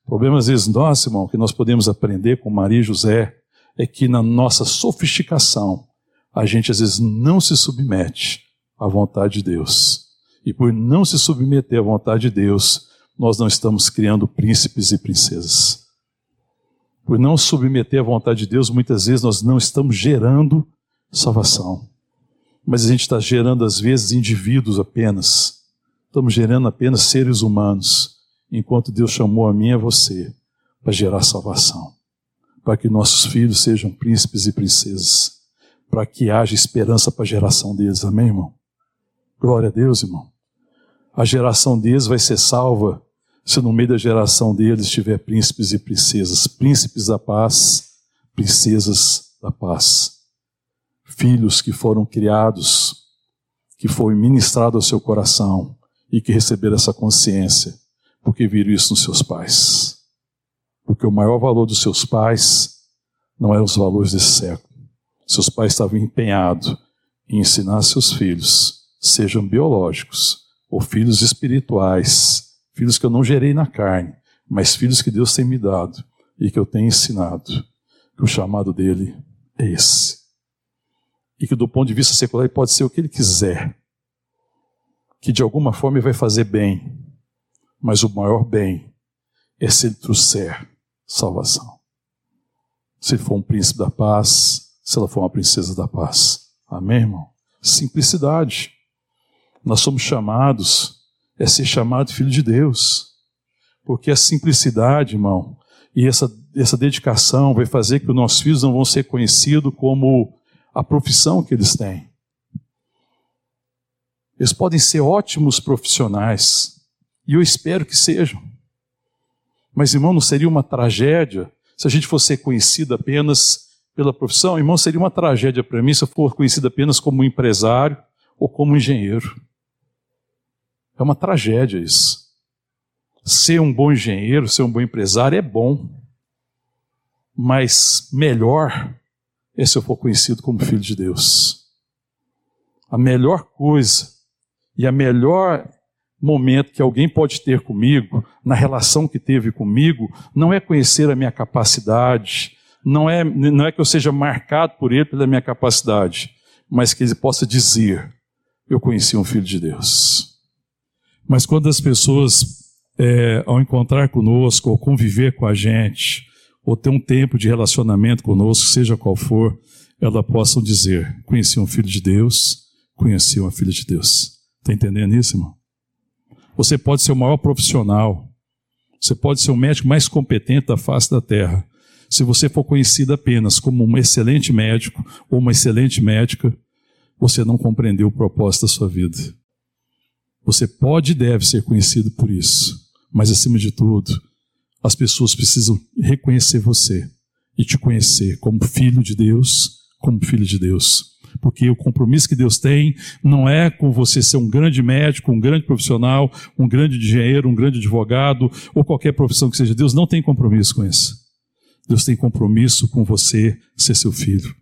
O problema às vezes nosso, irmão, que nós podemos aprender com Maria e José, é que na nossa sofisticação, a gente às vezes não se submete à vontade de Deus. E por não se submeter à vontade de Deus, nós não estamos criando príncipes e princesas. Por não submeter à vontade de Deus, muitas vezes nós não estamos gerando salvação. Mas a gente está gerando às vezes indivíduos apenas. Estamos gerando apenas seres humanos, enquanto Deus chamou a mim e a você para gerar salvação. Para que nossos filhos sejam príncipes e princesas. Para que haja esperança para a geração deles. Amém, irmão? Glória a Deus, irmão. A geração deles vai ser salva se no meio da geração deles tiver príncipes e princesas. Príncipes da paz, princesas da paz. Filhos que foram criados, que foi ministrado ao seu coração e que receberam essa consciência, porque viram isso nos seus pais. Porque o maior valor dos seus pais não eram os valores desse século. Seus pais estavam empenhados em ensinar seus filhos, sejam biológicos ou filhos espirituais, filhos que eu não gerei na carne, mas filhos que Deus tem me dado e que eu tenho ensinado, que o chamado dele é esse. E que do ponto de vista secular ele pode ser o que ele quiser, que de alguma forma ele vai fazer bem, mas o maior bem é se ele trouxer salvação. Se ele for um príncipe da paz, se ela for uma princesa da paz. Amém, irmão? Simplicidade. Nós somos chamados a ser chamado filho de Deus. Porque a simplicidade, irmão, e essa, essa dedicação vai fazer que os nossos filhos não vão ser conhecidos como a profissão que eles têm. Eles podem ser ótimos profissionais, e eu espero que sejam. Mas, irmão, não seria uma tragédia se a gente fosse conhecido apenas pela profissão? Irmão, seria uma tragédia para mim se eu for conhecido apenas como empresário ou como engenheiro. É uma tragédia isso. Ser um bom engenheiro, ser um bom empresário é bom, mas melhor é se eu for conhecido como filho de Deus. A melhor coisa e a melhor momento que alguém pode ter comigo, na relação que teve comigo, não é conhecer a minha capacidade, não é, não é que eu seja marcado por ele pela minha capacidade, mas que ele possa dizer, eu conheci um filho de Deus. Mas quando as pessoas, é, ao encontrar conosco, ou conviver com a gente, ou ter um tempo de relacionamento conosco, seja qual for, elas possam dizer, conheci um filho de Deus, conheci uma filha de Deus. Está entendendo isso, irmão? Você pode ser o maior profissional, você pode ser o médico mais competente da face da terra. Se você for conhecido apenas como um excelente médico ou uma excelente médica, você não compreendeu o propósito da sua vida. Você pode e deve ser conhecido por isso, mas acima de tudo, as pessoas precisam reconhecer você e te conhecer como filho de Deus, como filho de Deus. Porque o compromisso que Deus tem não é com você ser um grande médico, um grande profissional, um grande engenheiro, um grande advogado, ou qualquer profissão que seja. Deus não tem compromisso com isso. Deus tem compromisso com você ser seu filho.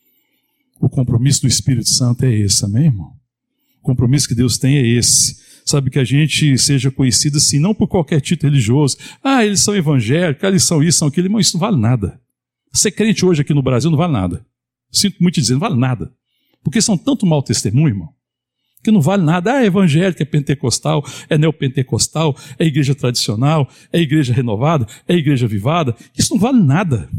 O compromisso do Espírito Santo é esse, amém, irmão? O compromisso que Deus tem é esse. Sabe, que a gente seja conhecido assim, não por qualquer título religioso. Ah, eles são evangélicos, eles são isso, são aquilo. Irmão, isso não vale nada. Ser crente hoje aqui no Brasil não vale nada. Sinto muito dizer, não vale nada. Porque são tanto mau testemunho, irmão, que não vale nada. Ah, é evangélico, é pentecostal, é neopentecostal, é igreja tradicional, é igreja renovada, é igreja avivada. Isso não vale nada.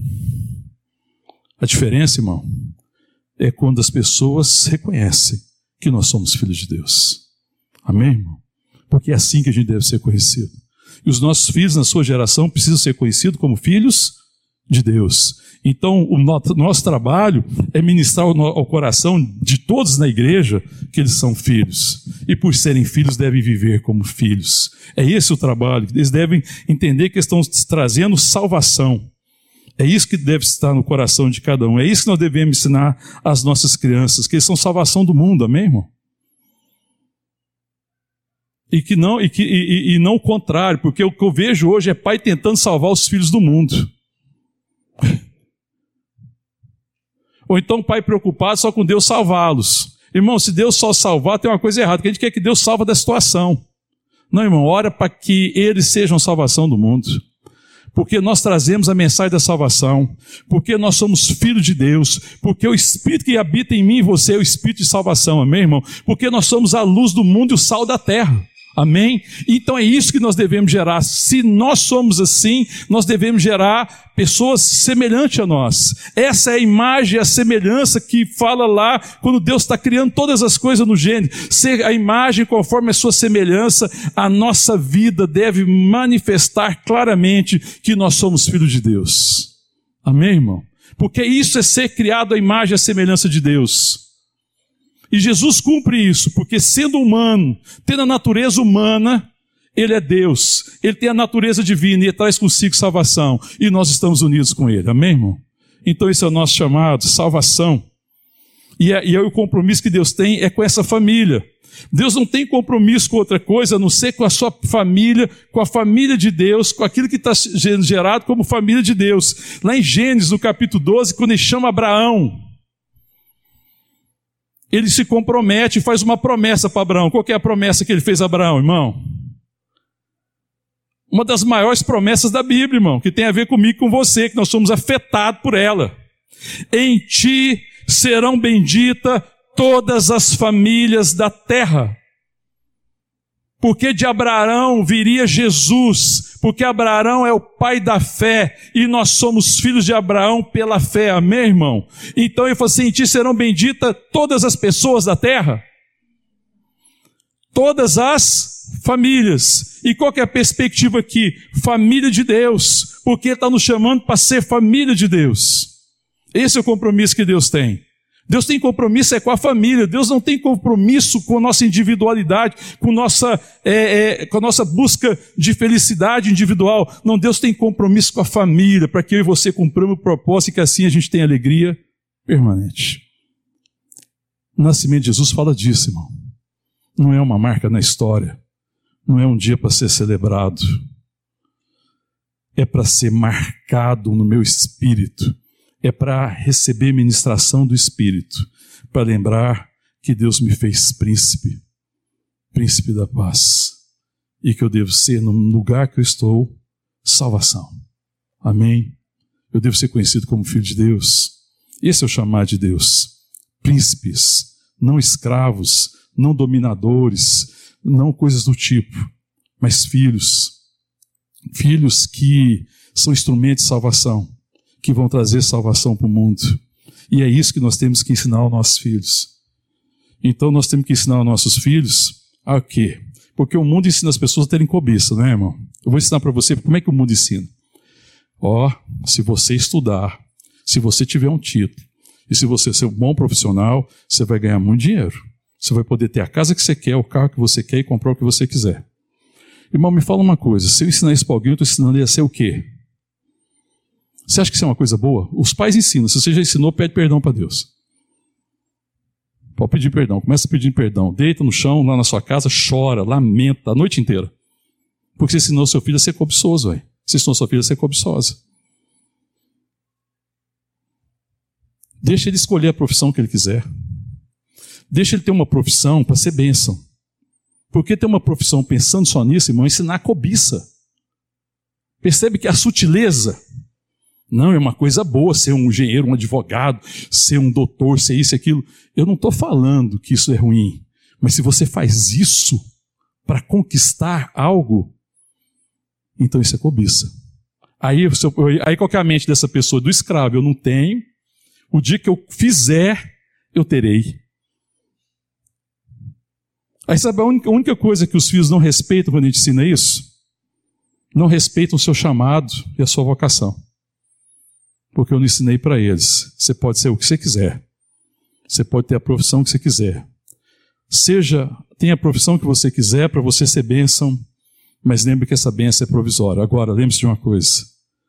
A diferença, irmão, é quando as pessoas reconhecem que nós somos filhos de Deus. Amém, irmão? Porque é assim que a gente deve ser conhecido. E os nossos filhos na sua geração precisam ser conhecidos como filhos de Deus. Então, o nosso trabalho é ministrar ao coração de todos na igreja que eles são filhos. E por serem filhos, devem viver como filhos. É esse o trabalho. Eles devem entender que estão trazendo salvação. É isso que deve estar no coração de cada um. É isso que nós devemos ensinar às nossas crianças, que eles são salvação do mundo, amém, irmão? E, que não, e, que, e, e não o contrário, porque o que eu vejo hoje é pai tentando salvar os filhos do mundo. Ou então o pai preocupado só com Deus salvá-los. Irmão, se Deus só salvar, tem uma coisa errada, que a gente quer que Deus salva da situação. Não, irmão, ora para que eles sejam salvação do mundo. porque nós trazemos a mensagem da salvação, porque nós somos filhos de Deus, porque o Espírito que habita em mim e você é o Espírito de salvação, amém, irmão? Porque nós somos a luz do mundo e o sal da terra, amém? Então é isso que nós devemos gerar. Se nós somos assim, nós devemos gerar pessoas semelhantes a nós. Essa é a imagem, a semelhança que fala lá, quando Deus está criando todas as coisas no Gênesis. Ser a imagem conforme a sua semelhança, a nossa vida deve manifestar claramente que nós somos filhos de Deus. Amém, irmão? Porque isso é ser criado à imagem e à semelhança de Deus. E Jesus cumpre isso, porque sendo humano, tendo a natureza humana, Ele é Deus, Ele tem a natureza divina e Ele traz consigo salvação. E nós estamos unidos com Ele, amém, irmão? Então esse é o nosso chamado, salvação. E, é, e é o compromisso que Deus tem é com essa família. Deus não tem compromisso com outra coisa, a não ser com a sua família, com a família de Deus, com aquilo que está sendo gerado como família de Deus. Lá em Gênesis, no capítulo doze, quando Ele chama Abraão, Ele se compromete e faz uma promessa para Abraão. Qual que é a promessa que Ele fez a Abraão, irmão? Uma das maiores promessas da Bíblia, irmão, que tem a ver comigo e com você, que nós somos afetados por ela. Em ti serão benditas todas as famílias da terra. Porque de Abraão viria Jesus, porque Abraão é o pai da fé, e nós somos filhos de Abraão pela fé, amém, irmão? Então ele falou assim, em ti serão benditas todas as pessoas da terra. Todas as famílias. E qual que é a perspectiva aqui? Família de Deus, porque Ele está nos chamando para ser família de Deus. Esse é o compromisso que Deus tem. Deus tem compromisso é com a família. Deus não tem compromisso com a nossa individualidade, com, nossa, é, é, com a nossa busca de felicidade individual. Não, Deus tem compromisso com a família, para que eu e você cumpramos o propósito e que assim a gente tenha alegria permanente. O nascimento de Jesus fala disso, irmão. Não é uma marca na história. Não é um dia para ser celebrado. É para ser marcado no meu espírito. É para receber ministração do Espírito, para lembrar que Deus me fez príncipe, príncipe da paz, e que eu devo ser, no lugar que eu estou, salvação. Amém? Eu devo ser conhecido como filho de Deus. Esse é o chamado de Deus. Príncipes, não escravos, não dominadores, não coisas do tipo, mas filhos. Filhos que são instrumentos de salvação, que vão trazer salvação para o mundo. E é isso que nós temos que ensinar aos nossos filhos. Então nós temos que ensinar aos nossos filhos a quê? Porque o mundo ensina as pessoas a terem cobiça, não é, irmão? Eu vou ensinar para você como é que o mundo ensina. Ó, oh, se você estudar, se você tiver um título, e se você ser um bom profissional, você vai ganhar muito dinheiro. Você vai poder ter a casa que você quer, o carro que você quer e comprar o que você quiser. Irmão, me fala uma coisa, se eu ensinar isso para alguém, eu estou ensinando ele a ser o quê? Você acha que isso é uma coisa boa? Os pais ensinam. Se você já ensinou, pede perdão para Deus. Pode pedir perdão. Começa pedindo perdão. Deita no chão, lá na sua casa, chora, lamenta a noite inteira. Porque você ensinou seu filho a ser cobiçoso, véio. Você ensinou sua filha a ser cobiçosa. Deixa ele escolher a profissão que ele quiser. Deixa ele ter uma profissão para ser bênção. Porque ter uma profissão pensando só nisso, irmão, é ensinar a cobiça. Percebe que a sutileza... Não, é uma coisa boa ser um engenheiro, um advogado, ser um doutor, ser isso e aquilo. Eu não estou falando que isso é ruim. Mas se você faz isso para conquistar algo, então isso é cobiça. Aí, aí qual que é a mente dessa pessoa? Do escravo, eu não tenho. O dia que eu fizer, eu terei. Aí sabe a única, a única coisa que os filhos não respeitam quando a gente ensina isso? Não respeitam o seu chamado e a sua vocação. Porque eu não ensinei para eles. Você pode ser o que você quiser. Você pode ter a profissão que você quiser. Seja, tenha a profissão que você quiser para você ser bênção, mas lembre que essa bênção é provisória. Agora, lembre-se de uma coisa.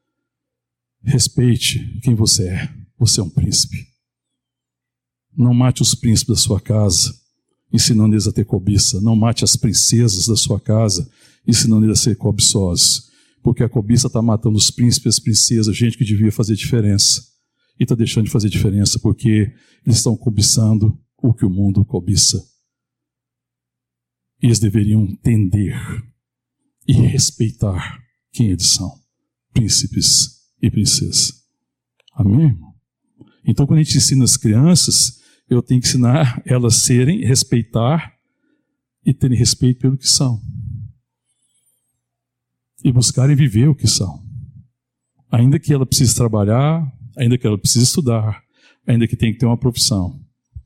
Respeite quem você é. Você é um príncipe. Não mate os príncipes da sua casa, ensinando eles a ter cobiça. Não mate as princesas da sua casa, ensinando eles a ser cobiçosos. Porque a cobiça está matando os príncipes e as princesas, gente que devia fazer diferença. E está deixando de fazer diferença porque eles estão cobiçando o que o mundo cobiça. E eles deveriam entender e respeitar quem eles são. príncipes e princesas. Amém, irmão? Então, quando a gente ensina as crianças, eu tenho que ensinar elas a serem, respeitar e terem respeito pelo que são. E buscarem viver o que são. Ainda que ela precise trabalhar, ainda que ela precise estudar, ainda que tenha que ter uma profissão.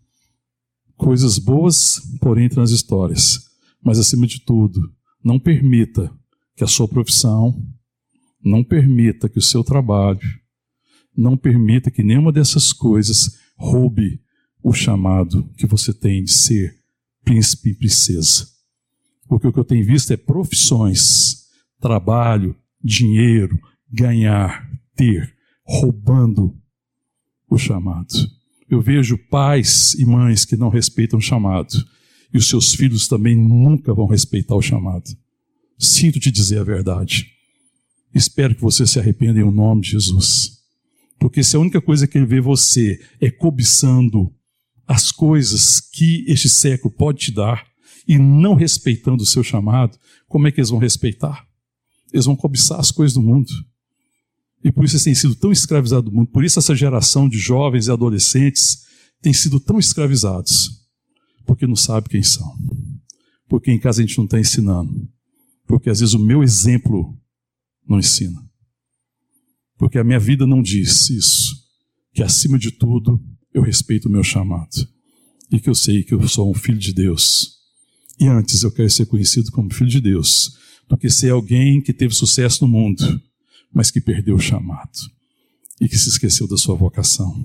Coisas boas, porém transitórias. Mas, acima de tudo, não permita que a sua profissão, não permita que o seu trabalho, não permita que nenhuma dessas coisas roube o chamado que você tem de ser príncipe e princesa. Porque o que eu tenho visto é profissões, trabalho, dinheiro, ganhar, ter, roubando o chamado. Eu vejo pais e mães que não respeitam o chamado, e os seus filhos também nunca vão respeitar o chamado. Sinto te dizer a verdade. Espero que você se arrependa em nome de Jesus. Porque se a única coisa que ele vê você é cobiçando as coisas que este século pode te dar e não respeitando o seu chamado, como é que eles vão respeitar? Eles vão cobiçar as coisas do mundo. E por isso eles têm sido tão escravizados do mundo. Por isso essa geração de jovens e adolescentes tem sido tão escravizados. Porque não sabe quem são. Porque em casa a gente não está ensinando. Porque às vezes o meu exemplo não ensina. Porque a minha vida não diz isso. Que acima de tudo eu respeito o meu chamado. E que eu sei que eu sou um filho de Deus. E antes eu quero ser conhecido como filho de Deus do que ser alguém que teve sucesso no mundo, mas que perdeu o chamado e que se esqueceu da sua vocação.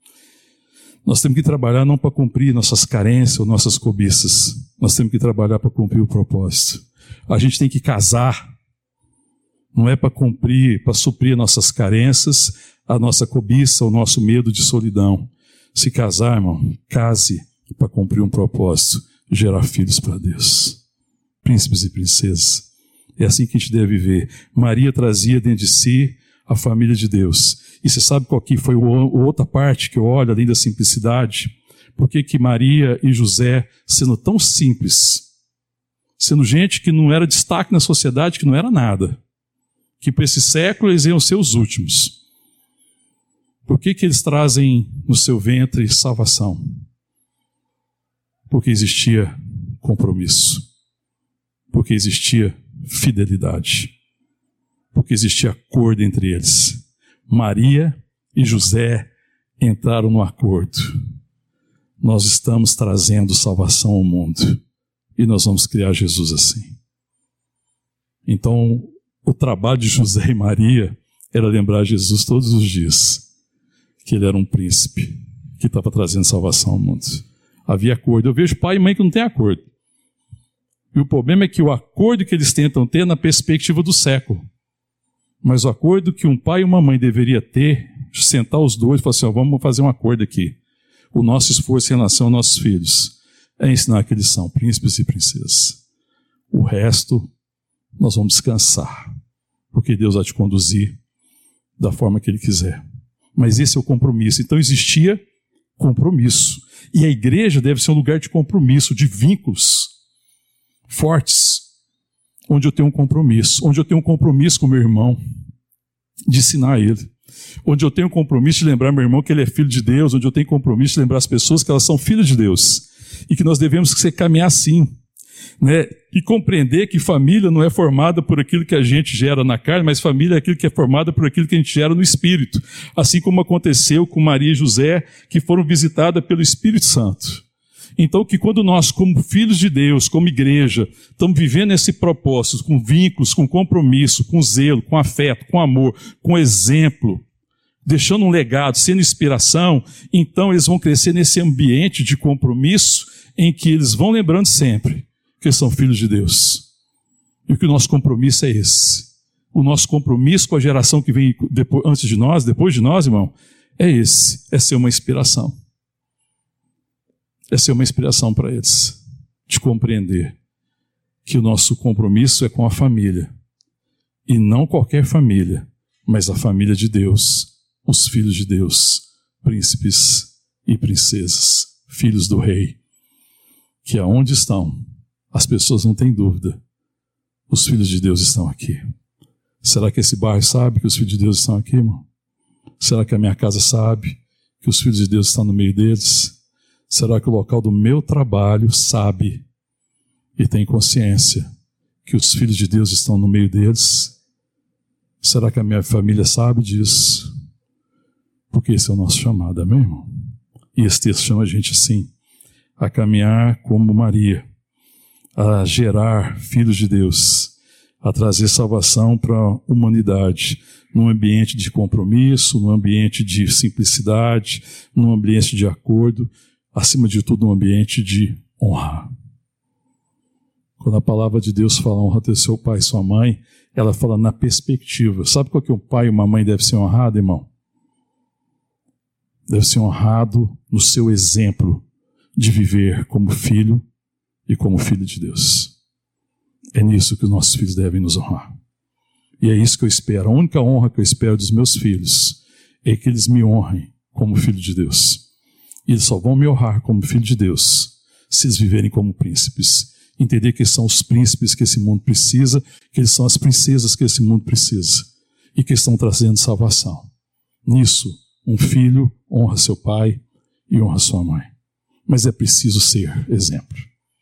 Nós temos que trabalhar não para cumprir nossas carências ou nossas cobiças. Nós temos que trabalhar para cumprir o propósito. A gente tem que casar. Não é para cumprir, para suprir nossas carências, a nossa cobiça, o nosso medo de solidão. Se casar, irmão, case para cumprir um propósito, gerar filhos para Deus. Príncipes e princesas. É assim que a gente deve viver. Maria trazia dentro de si a família de Deus. E você sabe qual que foi a outra parte que eu olho, além da simplicidade? Por que que Maria e José, sendo tão simples, sendo gente que não era destaque na sociedade, que não era nada, que para esse século eles iam ser os últimos, por que que eles trazem no seu ventre salvação? Porque existia compromisso. Porque existia fidelidade. Porque existia acordo entre eles. Maria e José entraram no acordo. Nós estamos trazendo salvação ao mundo. E nós vamos criar Jesus assim. Então, o trabalho de José e Maria era lembrar Jesus todos os dias que ele era um príncipe que estava trazendo salvação ao mundo. Havia acordo. Eu vejo pai e mãe que não tem acordo. E o problema é que o acordo que eles tentam ter é na perspectiva do século. Mas o acordo que um pai e uma mãe deveria ter, sentar os dois e falar assim, ó, vamos fazer um acordo aqui. O nosso esforço em relação aos nossos filhos é ensinar que eles são príncipes e princesas. O resto, nós vamos descansar, porque Deus vai te conduzir da forma que Ele quiser. Mas esse é o compromisso. Então existia compromisso. E a igreja deve ser um lugar de compromisso, de vínculos fortes, onde eu tenho um compromisso, onde eu tenho um compromisso com meu irmão, de ensinar ele, onde eu tenho um compromisso de lembrar meu irmão que ele é filho de Deus, onde eu tenho um compromisso de lembrar as pessoas que elas são filhas de Deus, e que nós devemos caminhar assim, né? E compreender que família não é formada por aquilo que a gente gera na carne, mas família é aquilo que é formada por aquilo que a gente gera no Espírito, assim como aconteceu com Maria e José, que foram visitadas pelo Espírito Santo. Então, que quando nós, como filhos de Deus, como igreja, estamos vivendo esse propósito, com vínculos, com compromisso, com zelo, com afeto, com amor, com exemplo, deixando um legado, sendo inspiração, então eles vão crescer nesse ambiente de compromisso em que eles vão lembrando sempre que eles são filhos de Deus. E que o nosso compromisso é esse. O nosso compromisso com a geração que vem depois, antes de nós, depois de nós, irmão, é esse, é ser uma inspiração. É ser uma inspiração para eles, de compreender que o nosso compromisso é com a família, e não qualquer família, mas a família de Deus, os filhos de Deus, príncipes e princesas, filhos do rei, que aonde estão, as pessoas não têm dúvida, os filhos de Deus estão aqui. Será que esse bairro sabe que os filhos de Deus estão aqui, irmão? Será que a minha casa sabe que os filhos de Deus estão no meio deles? Será que o local do meu trabalho sabe e tem consciência que os filhos de Deus estão no meio deles? Será que a minha família sabe disso? Porque esse é o nosso chamado, amém, irmão? E esse texto chama a gente assim, a caminhar como Maria, a gerar filhos de Deus, a trazer salvação para a humanidade, num ambiente de compromisso, num ambiente de simplicidade, num ambiente de acordo, acima de tudo, num ambiente de honra. Quando a palavra de Deus fala honra teu seu pai e sua mãe, ela fala na perspectiva. Sabe qual que um pai e uma mãe deve ser honrado, irmão? Deve ser honrado no seu exemplo de viver como filho e como filho de Deus. É nisso que os nossos filhos devem nos honrar. E é isso que eu espero. A única honra que eu espero dos meus filhos é que eles me honrem como filho de Deus. E eles só vão me honrar como filho de Deus se eles viverem como príncipes. Entender que eles são os príncipes que esse mundo precisa, que eles são as princesas que esse mundo precisa e que estão trazendo salvação. Nisso, um filho honra seu pai e honra sua mãe. Mas é preciso ser exemplo.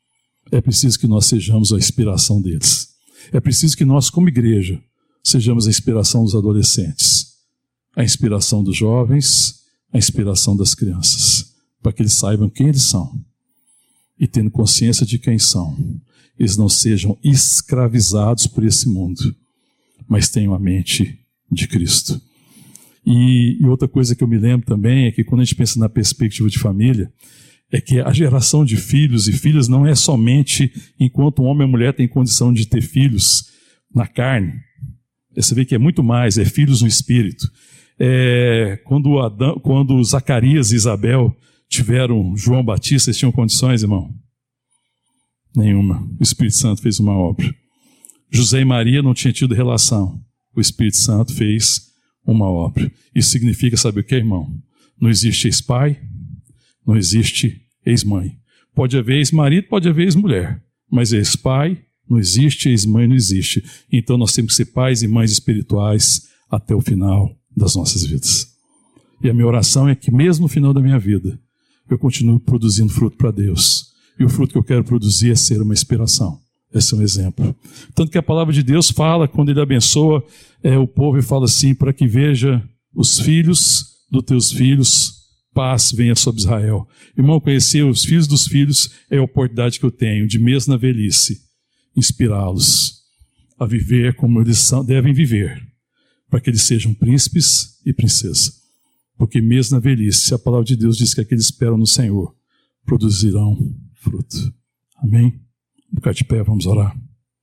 É preciso que nós sejamos a inspiração deles. É preciso que nós, como igreja, sejamos a inspiração dos adolescentes, a inspiração dos jovens, a inspiração das crianças, para que eles saibam quem eles são. E tendo consciência de quem são, eles não sejam escravizados por esse mundo, mas tenham a mente de Cristo. E, e outra coisa que eu me lembro também é que quando a gente pensa na perspectiva de família, é que a geração de filhos e filhas não é somente enquanto um homem e mulher têm condição de ter filhos na carne. Você vê que é muito mais, é filhos no espírito. É, quando, Adão, quando Zacarias e Isabel tiveram João Batista, eles tinham condições, irmão? Nenhuma. O Espírito Santo fez uma obra. José e Maria não tinham tido relação. O Espírito Santo fez uma obra. Isso significa, sabe o que, irmão? Não existe ex-pai, não existe ex-mãe. Pode haver ex-marido, pode haver ex-mulher, mas ex-pai não existe, ex-mãe não existe. Então nós temos que ser pais e mães espirituais até o final das nossas vidas. E a minha oração é que mesmo no final da minha vida, eu continuo produzindo fruto para Deus. E o fruto que eu quero produzir é ser uma inspiração. Esse é um exemplo. Tanto que a palavra de Deus fala, quando Ele abençoa é, o povo, e fala assim, para que veja os filhos dos teus filhos, paz venha sobre Israel. Irmão, conhecer os filhos dos filhos é a oportunidade que eu tenho de, mesmo na velhice, inspirá-los a viver como eles são, devem viver, para que eles sejam príncipes e princesas. Porque mesmo na velhice, a palavra de Deus diz que aqueles que esperam no Senhor produzirão fruto. Amém? Ficar de pé, vamos orar.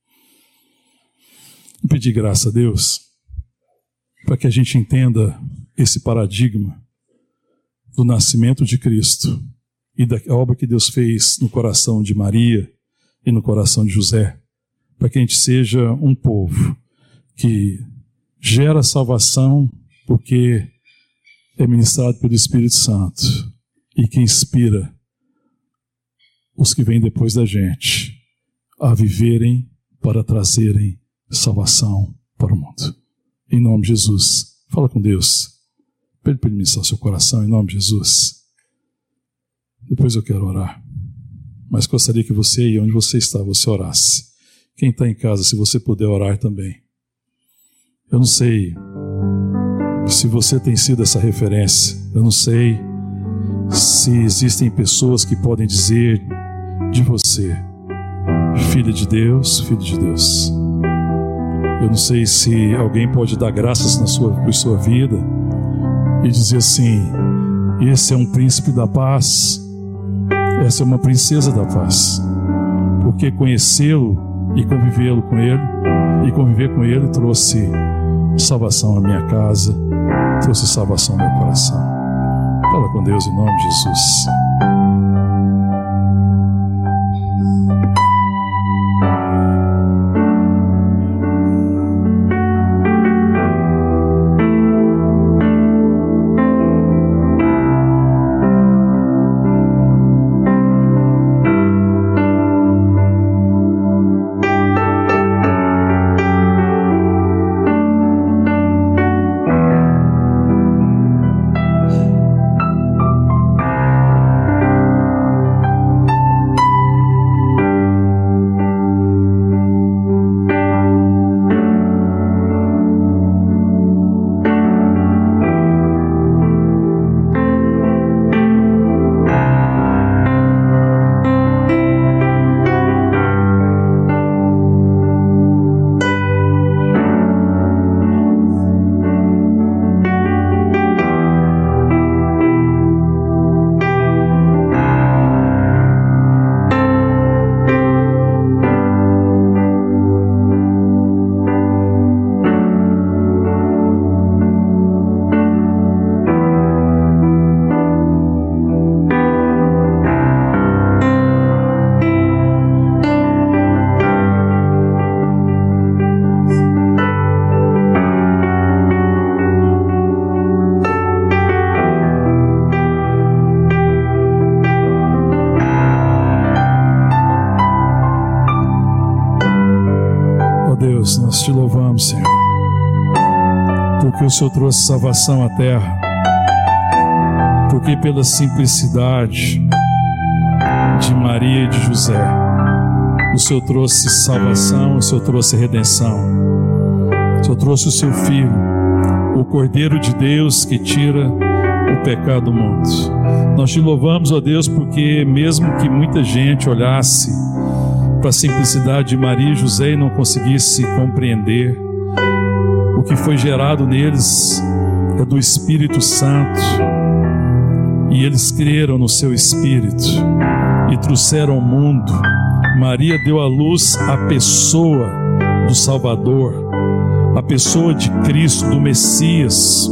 Vou pedir graça a Deus para que a gente entenda esse paradigma do nascimento de Cristo e da obra que Deus fez no coração de Maria e no coração de José, para que a gente seja um povo que gera salvação porque é ministrado pelo Espírito Santo e que inspira os que vêm depois da gente a viverem para trazerem salvação para o mundo. Em nome de Jesus, fala com Deus. Pede para Ele ministrar seu coração, em nome de Jesus. Depois eu quero orar. Mas gostaria que você, aí onde você está, você orasse. Quem está em casa, se você puder orar também. Eu não sei se você tem sido essa referência. Eu não sei se existem pessoas que podem dizer de você, filho de Deus, filho de Deus. Eu não sei se alguém pode dar graças na sua, por sua vida e dizer assim, esse é um príncipe da paz, essa é uma princesa da paz, porque conhecê-lo e convivê-lo com ele, e conviver com ele trouxe salvação à minha casa, trouxe salvação ao meu coração. Fala com Deus em nome de Jesus. louvamos, Senhor, porque o Senhor trouxe salvação à terra, porque pela simplicidade de Maria e de José, o Senhor trouxe salvação, o Senhor trouxe redenção. O Senhor trouxe o seu Filho, o Cordeiro de Deus que tira o pecado do mundo. Nós te louvamos, ó Deus, porque mesmo que muita gente olhasse para a simplicidade de Maria e José e não conseguisse compreender, o que foi gerado neles é do Espírito Santo, e eles creram no seu Espírito e trouxeram ao mundo. Maria deu à luz a pessoa do Salvador, a pessoa de Cristo, do Messias.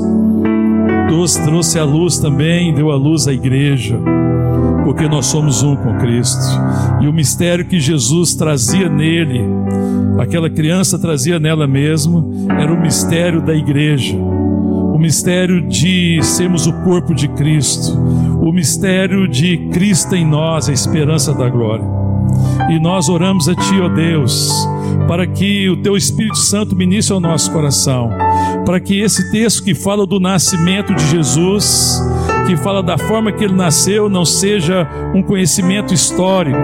Deus trouxe à luz também, deu à luz a igreja, porque nós somos um com Cristo. E o mistério que Jesus trazia nele, aquela criança trazia nela mesmo, era o mistério da igreja, o mistério de sermos o corpo de Cristo, o mistério de Cristo em nós, a esperança da glória. E nós oramos a Ti, ó Deus, para que o Teu Espírito Santo ministre ao nosso coração, para que esse texto que fala do nascimento de Jesus, que fala da forma que Ele nasceu, não seja um conhecimento histórico,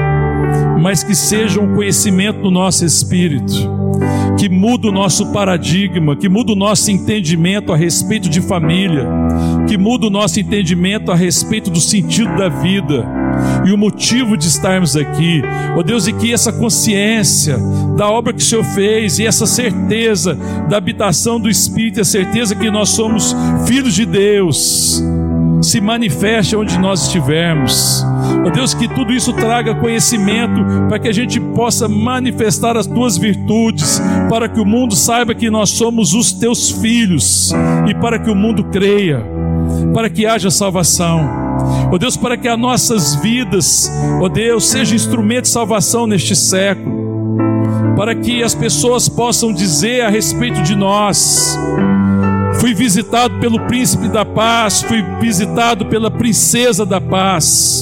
mas que seja um conhecimento do nosso espírito, que muda o nosso paradigma, que muda o nosso entendimento a respeito de família, que muda o nosso entendimento a respeito do sentido da vida e o motivo de estarmos aqui, ó Deus, e que essa consciência da obra que o Senhor fez e essa certeza da habitação do Espírito, a certeza que nós somos filhos de Deus, se manifeste onde nós estivermos. Ó Deus, que tudo isso traga conhecimento para que a gente possa manifestar as Tuas virtudes, para que o mundo saiba que nós somos os Teus filhos, e para que o mundo creia, para que haja salvação. Ó Deus, para que as nossas vidas, ó Deus, sejam instrumento de salvação neste século, para que as pessoas possam dizer a respeito de nós: fui visitado pelo príncipe da paz, fui visitado pela princesa da paz.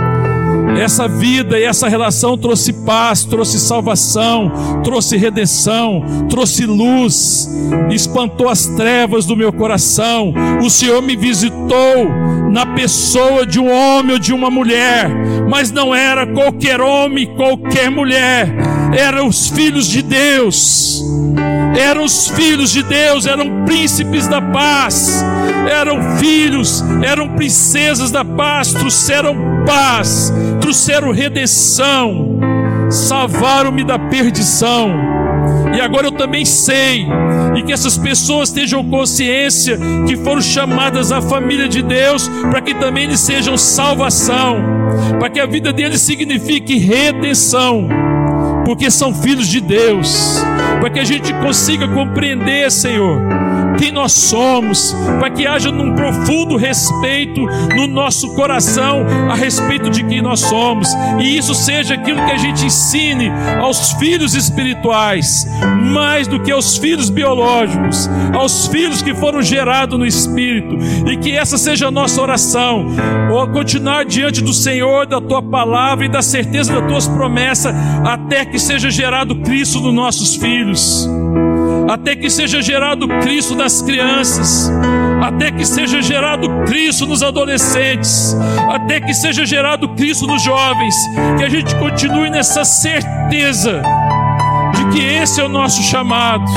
Essa vida e essa relação trouxe paz, trouxe salvação, trouxe redenção, trouxe luz, espantou as trevas do meu coração. O Senhor me visitou na pessoa de um homem ou de uma mulher, mas não era qualquer homem, qualquer mulher, eram os filhos de Deus. Eram os filhos de Deus, eram príncipes da paz, eram filhos, eram princesas da paz, trouxeram paz, trouxeram redenção, salvaram-me da perdição. E agora eu também sei, e que essas pessoas tenham consciência que foram chamadas à família de Deus, para que também eles sejam salvação, para que a vida deles signifique redenção, porque são filhos de Deus, para que a gente consiga compreender, Senhor, quem nós somos, para que haja um profundo respeito no nosso coração a respeito de quem nós somos, e isso seja aquilo que a gente ensine aos filhos espirituais, mais do que aos filhos biológicos, aos filhos que foram gerados no Espírito, e que essa seja a nossa oração, ou continuar diante do Senhor, da Tua palavra e da certeza das Tuas promessas, até que seja gerado Cristo nos nossos filhos, até que seja gerado Cristo nas crianças, até que seja gerado Cristo nos adolescentes, até que seja gerado Cristo nos jovens, que a gente continue nessa certeza de que esse é o nosso chamado,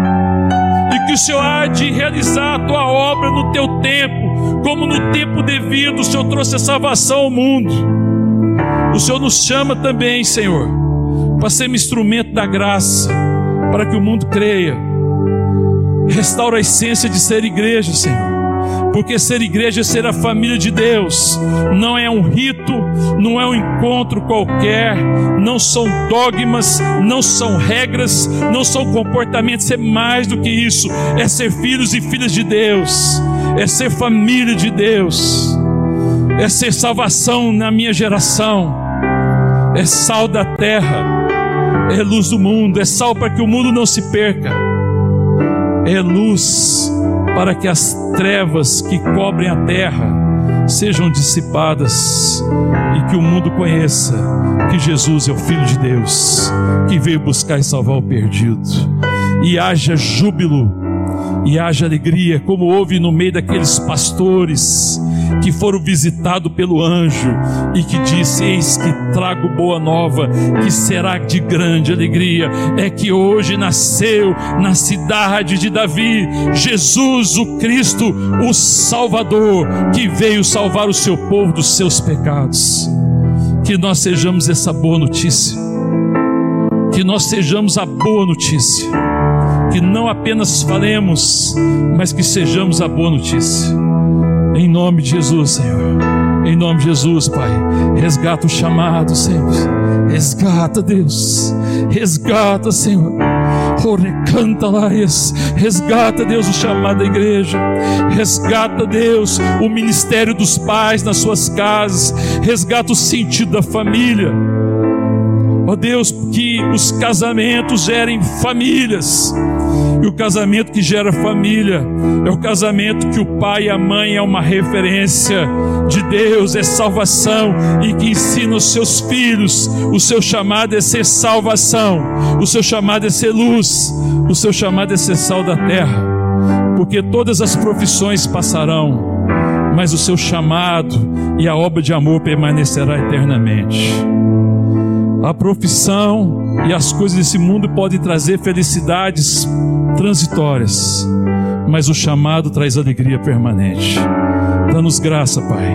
e que o Senhor há de realizar a Tua obra no Teu tempo, como no tempo devido. O Senhor trouxe a salvação ao mundo. O Senhor nos chama também, Senhor, para ser um instrumento da graça, para que o mundo creia. Restaura a essência de ser igreja, Senhor, porque ser igreja é ser a família de Deus, não é um rito, não é um encontro qualquer, não são dogmas, não são regras, não são comportamentos, é mais do que isso, é ser filhos e filhas de Deus, é ser família de Deus, é ser salvação na minha geração, é sal da terra, é luz do mundo, é sal para que o mundo não se perca, é luz para que as trevas que cobrem a terra sejam dissipadas e que o mundo conheça que Jesus é o Filho de Deus, que veio buscar e salvar o perdido. e haja júbilo, e haja alegria, como houve no meio daqueles pastores que foram visitados pelo anjo e que disse: eis que trago boa nova, que será de grande alegria. É que hoje nasceu na cidade de Davi Jesus o Cristo, o Salvador, que veio salvar o seu povo dos seus pecados. Que nós sejamos essa boa notícia, que nós sejamos a boa notícia, que não apenas falemos, mas que sejamos a boa notícia. Em nome de Jesus, Senhor, em nome de Jesus, Pai, resgata o chamado, Senhor, resgata, Deus, resgata, Senhor, oh, recanta lá, resgata, Deus, o chamado da igreja, resgata, Deus, o ministério dos pais nas suas casas, resgata o sentido da família. Ó Deus, que os casamentos gerem famílias, e o casamento que gera família é o casamento que o pai e a mãe é uma referência de Deus, é salvação, e que ensina os seus filhos. O seu chamado é ser salvação, o seu chamado é ser luz, o seu chamado é ser sal da terra, porque todas as profissões passarão, mas o seu chamado e a obra de amor permanecerá eternamente. A profissão e as coisas desse mundo podem trazer felicidades transitórias, mas o chamado traz alegria permanente. Dá-nos graça, Pai,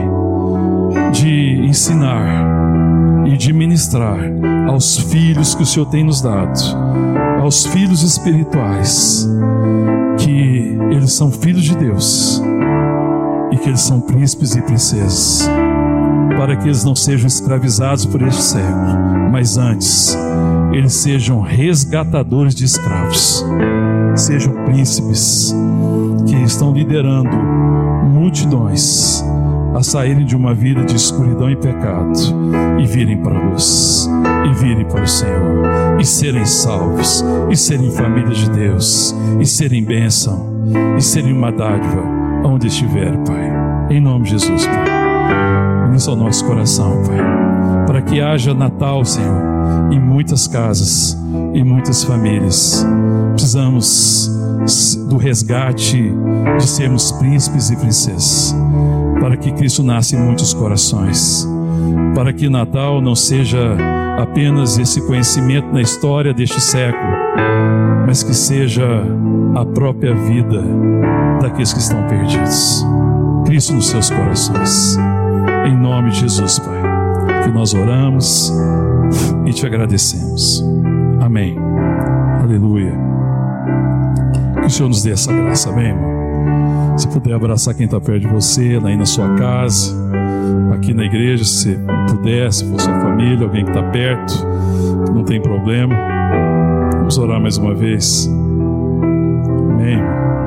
de ensinar e de ministrar aos filhos que o Senhor tem nos dado, aos filhos espirituais, que eles são filhos de Deus e que eles são príncipes e princesas, para que eles não sejam escravizados por este século, mas antes eles sejam resgatadores de escravos, sejam príncipes que estão liderando multidões a saírem de uma vida de escuridão e pecado e virem para a luz, e virem para o Senhor, e serem salvos, e serem família de Deus, e serem bênção, e serem uma dádiva onde estiver, Pai. Em nome de Jesus, Pai, ministra ao nosso coração, Pai, para que haja Natal, Senhor, em muitas casas, em muitas famílias. Precisamos do resgate de sermos príncipes e princesas, para que Cristo nasça em muitos corações, para que Natal não seja apenas esse conhecimento na história deste século, mas que seja a própria vida daqueles que estão perdidos. Cristo nos seus corações. Em nome de Jesus, Pai, que nós oramos e te agradecemos. Amém. Aleluia. Que o Senhor nos dê essa graça, amém, irmão? Se puder abraçar quem está perto de você, lá aí na sua casa, aqui na igreja, se puder, se for sua família, alguém que está perto, não tem problema. Vamos orar mais uma vez. Amém.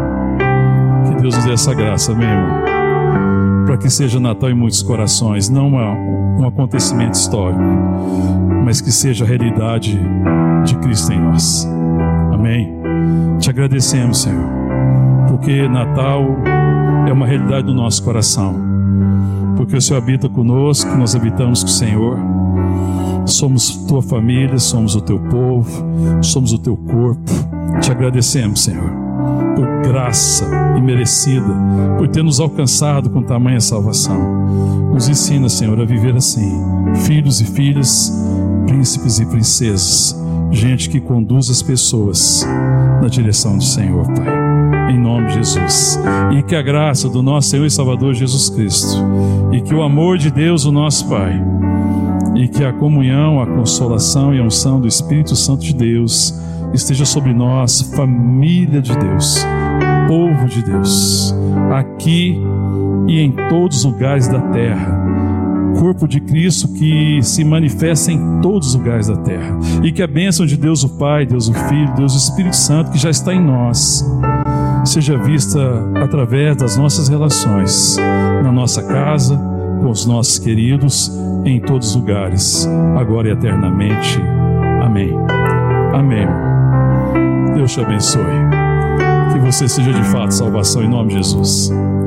Que Deus nos dê essa graça, amém, irmão? Para que seja Natal em muitos corações, não uma, um acontecimento histórico, mas que seja a realidade de Cristo em nós. Amém. Te agradecemos, Senhor, porque Natal é uma realidade do nosso coração, porque o Senhor habita conosco, nós habitamos com o Senhor, somos tua família, somos o teu povo, somos o teu corpo. Te agradecemos, Senhor, por graça imerecida, por ter nos alcançado com tamanha salvação. Nos ensina, Senhor, a viver assim, filhos e filhas, príncipes e princesas, gente que conduz as pessoas na direção do Senhor, Pai, em nome de Jesus. E que a graça do nosso Senhor e Salvador Jesus Cristo, e que o amor de Deus, o nosso Pai, e que a comunhão, a consolação e a unção do Espírito Santo de Deus esteja sobre nós, família de Deus, povo de Deus, aqui e em todos os lugares da terra, corpo de Cristo que se manifesta em todos os lugares da terra, e que a bênção de Deus o Pai, Deus o Filho, Deus o Espírito Santo, que já está em nós, seja vista através das nossas relações, na nossa casa, com os nossos queridos, em todos os lugares, agora e eternamente. Amém. Amém. Deus te abençoe. Que você seja de fato salvação em nome de Jesus.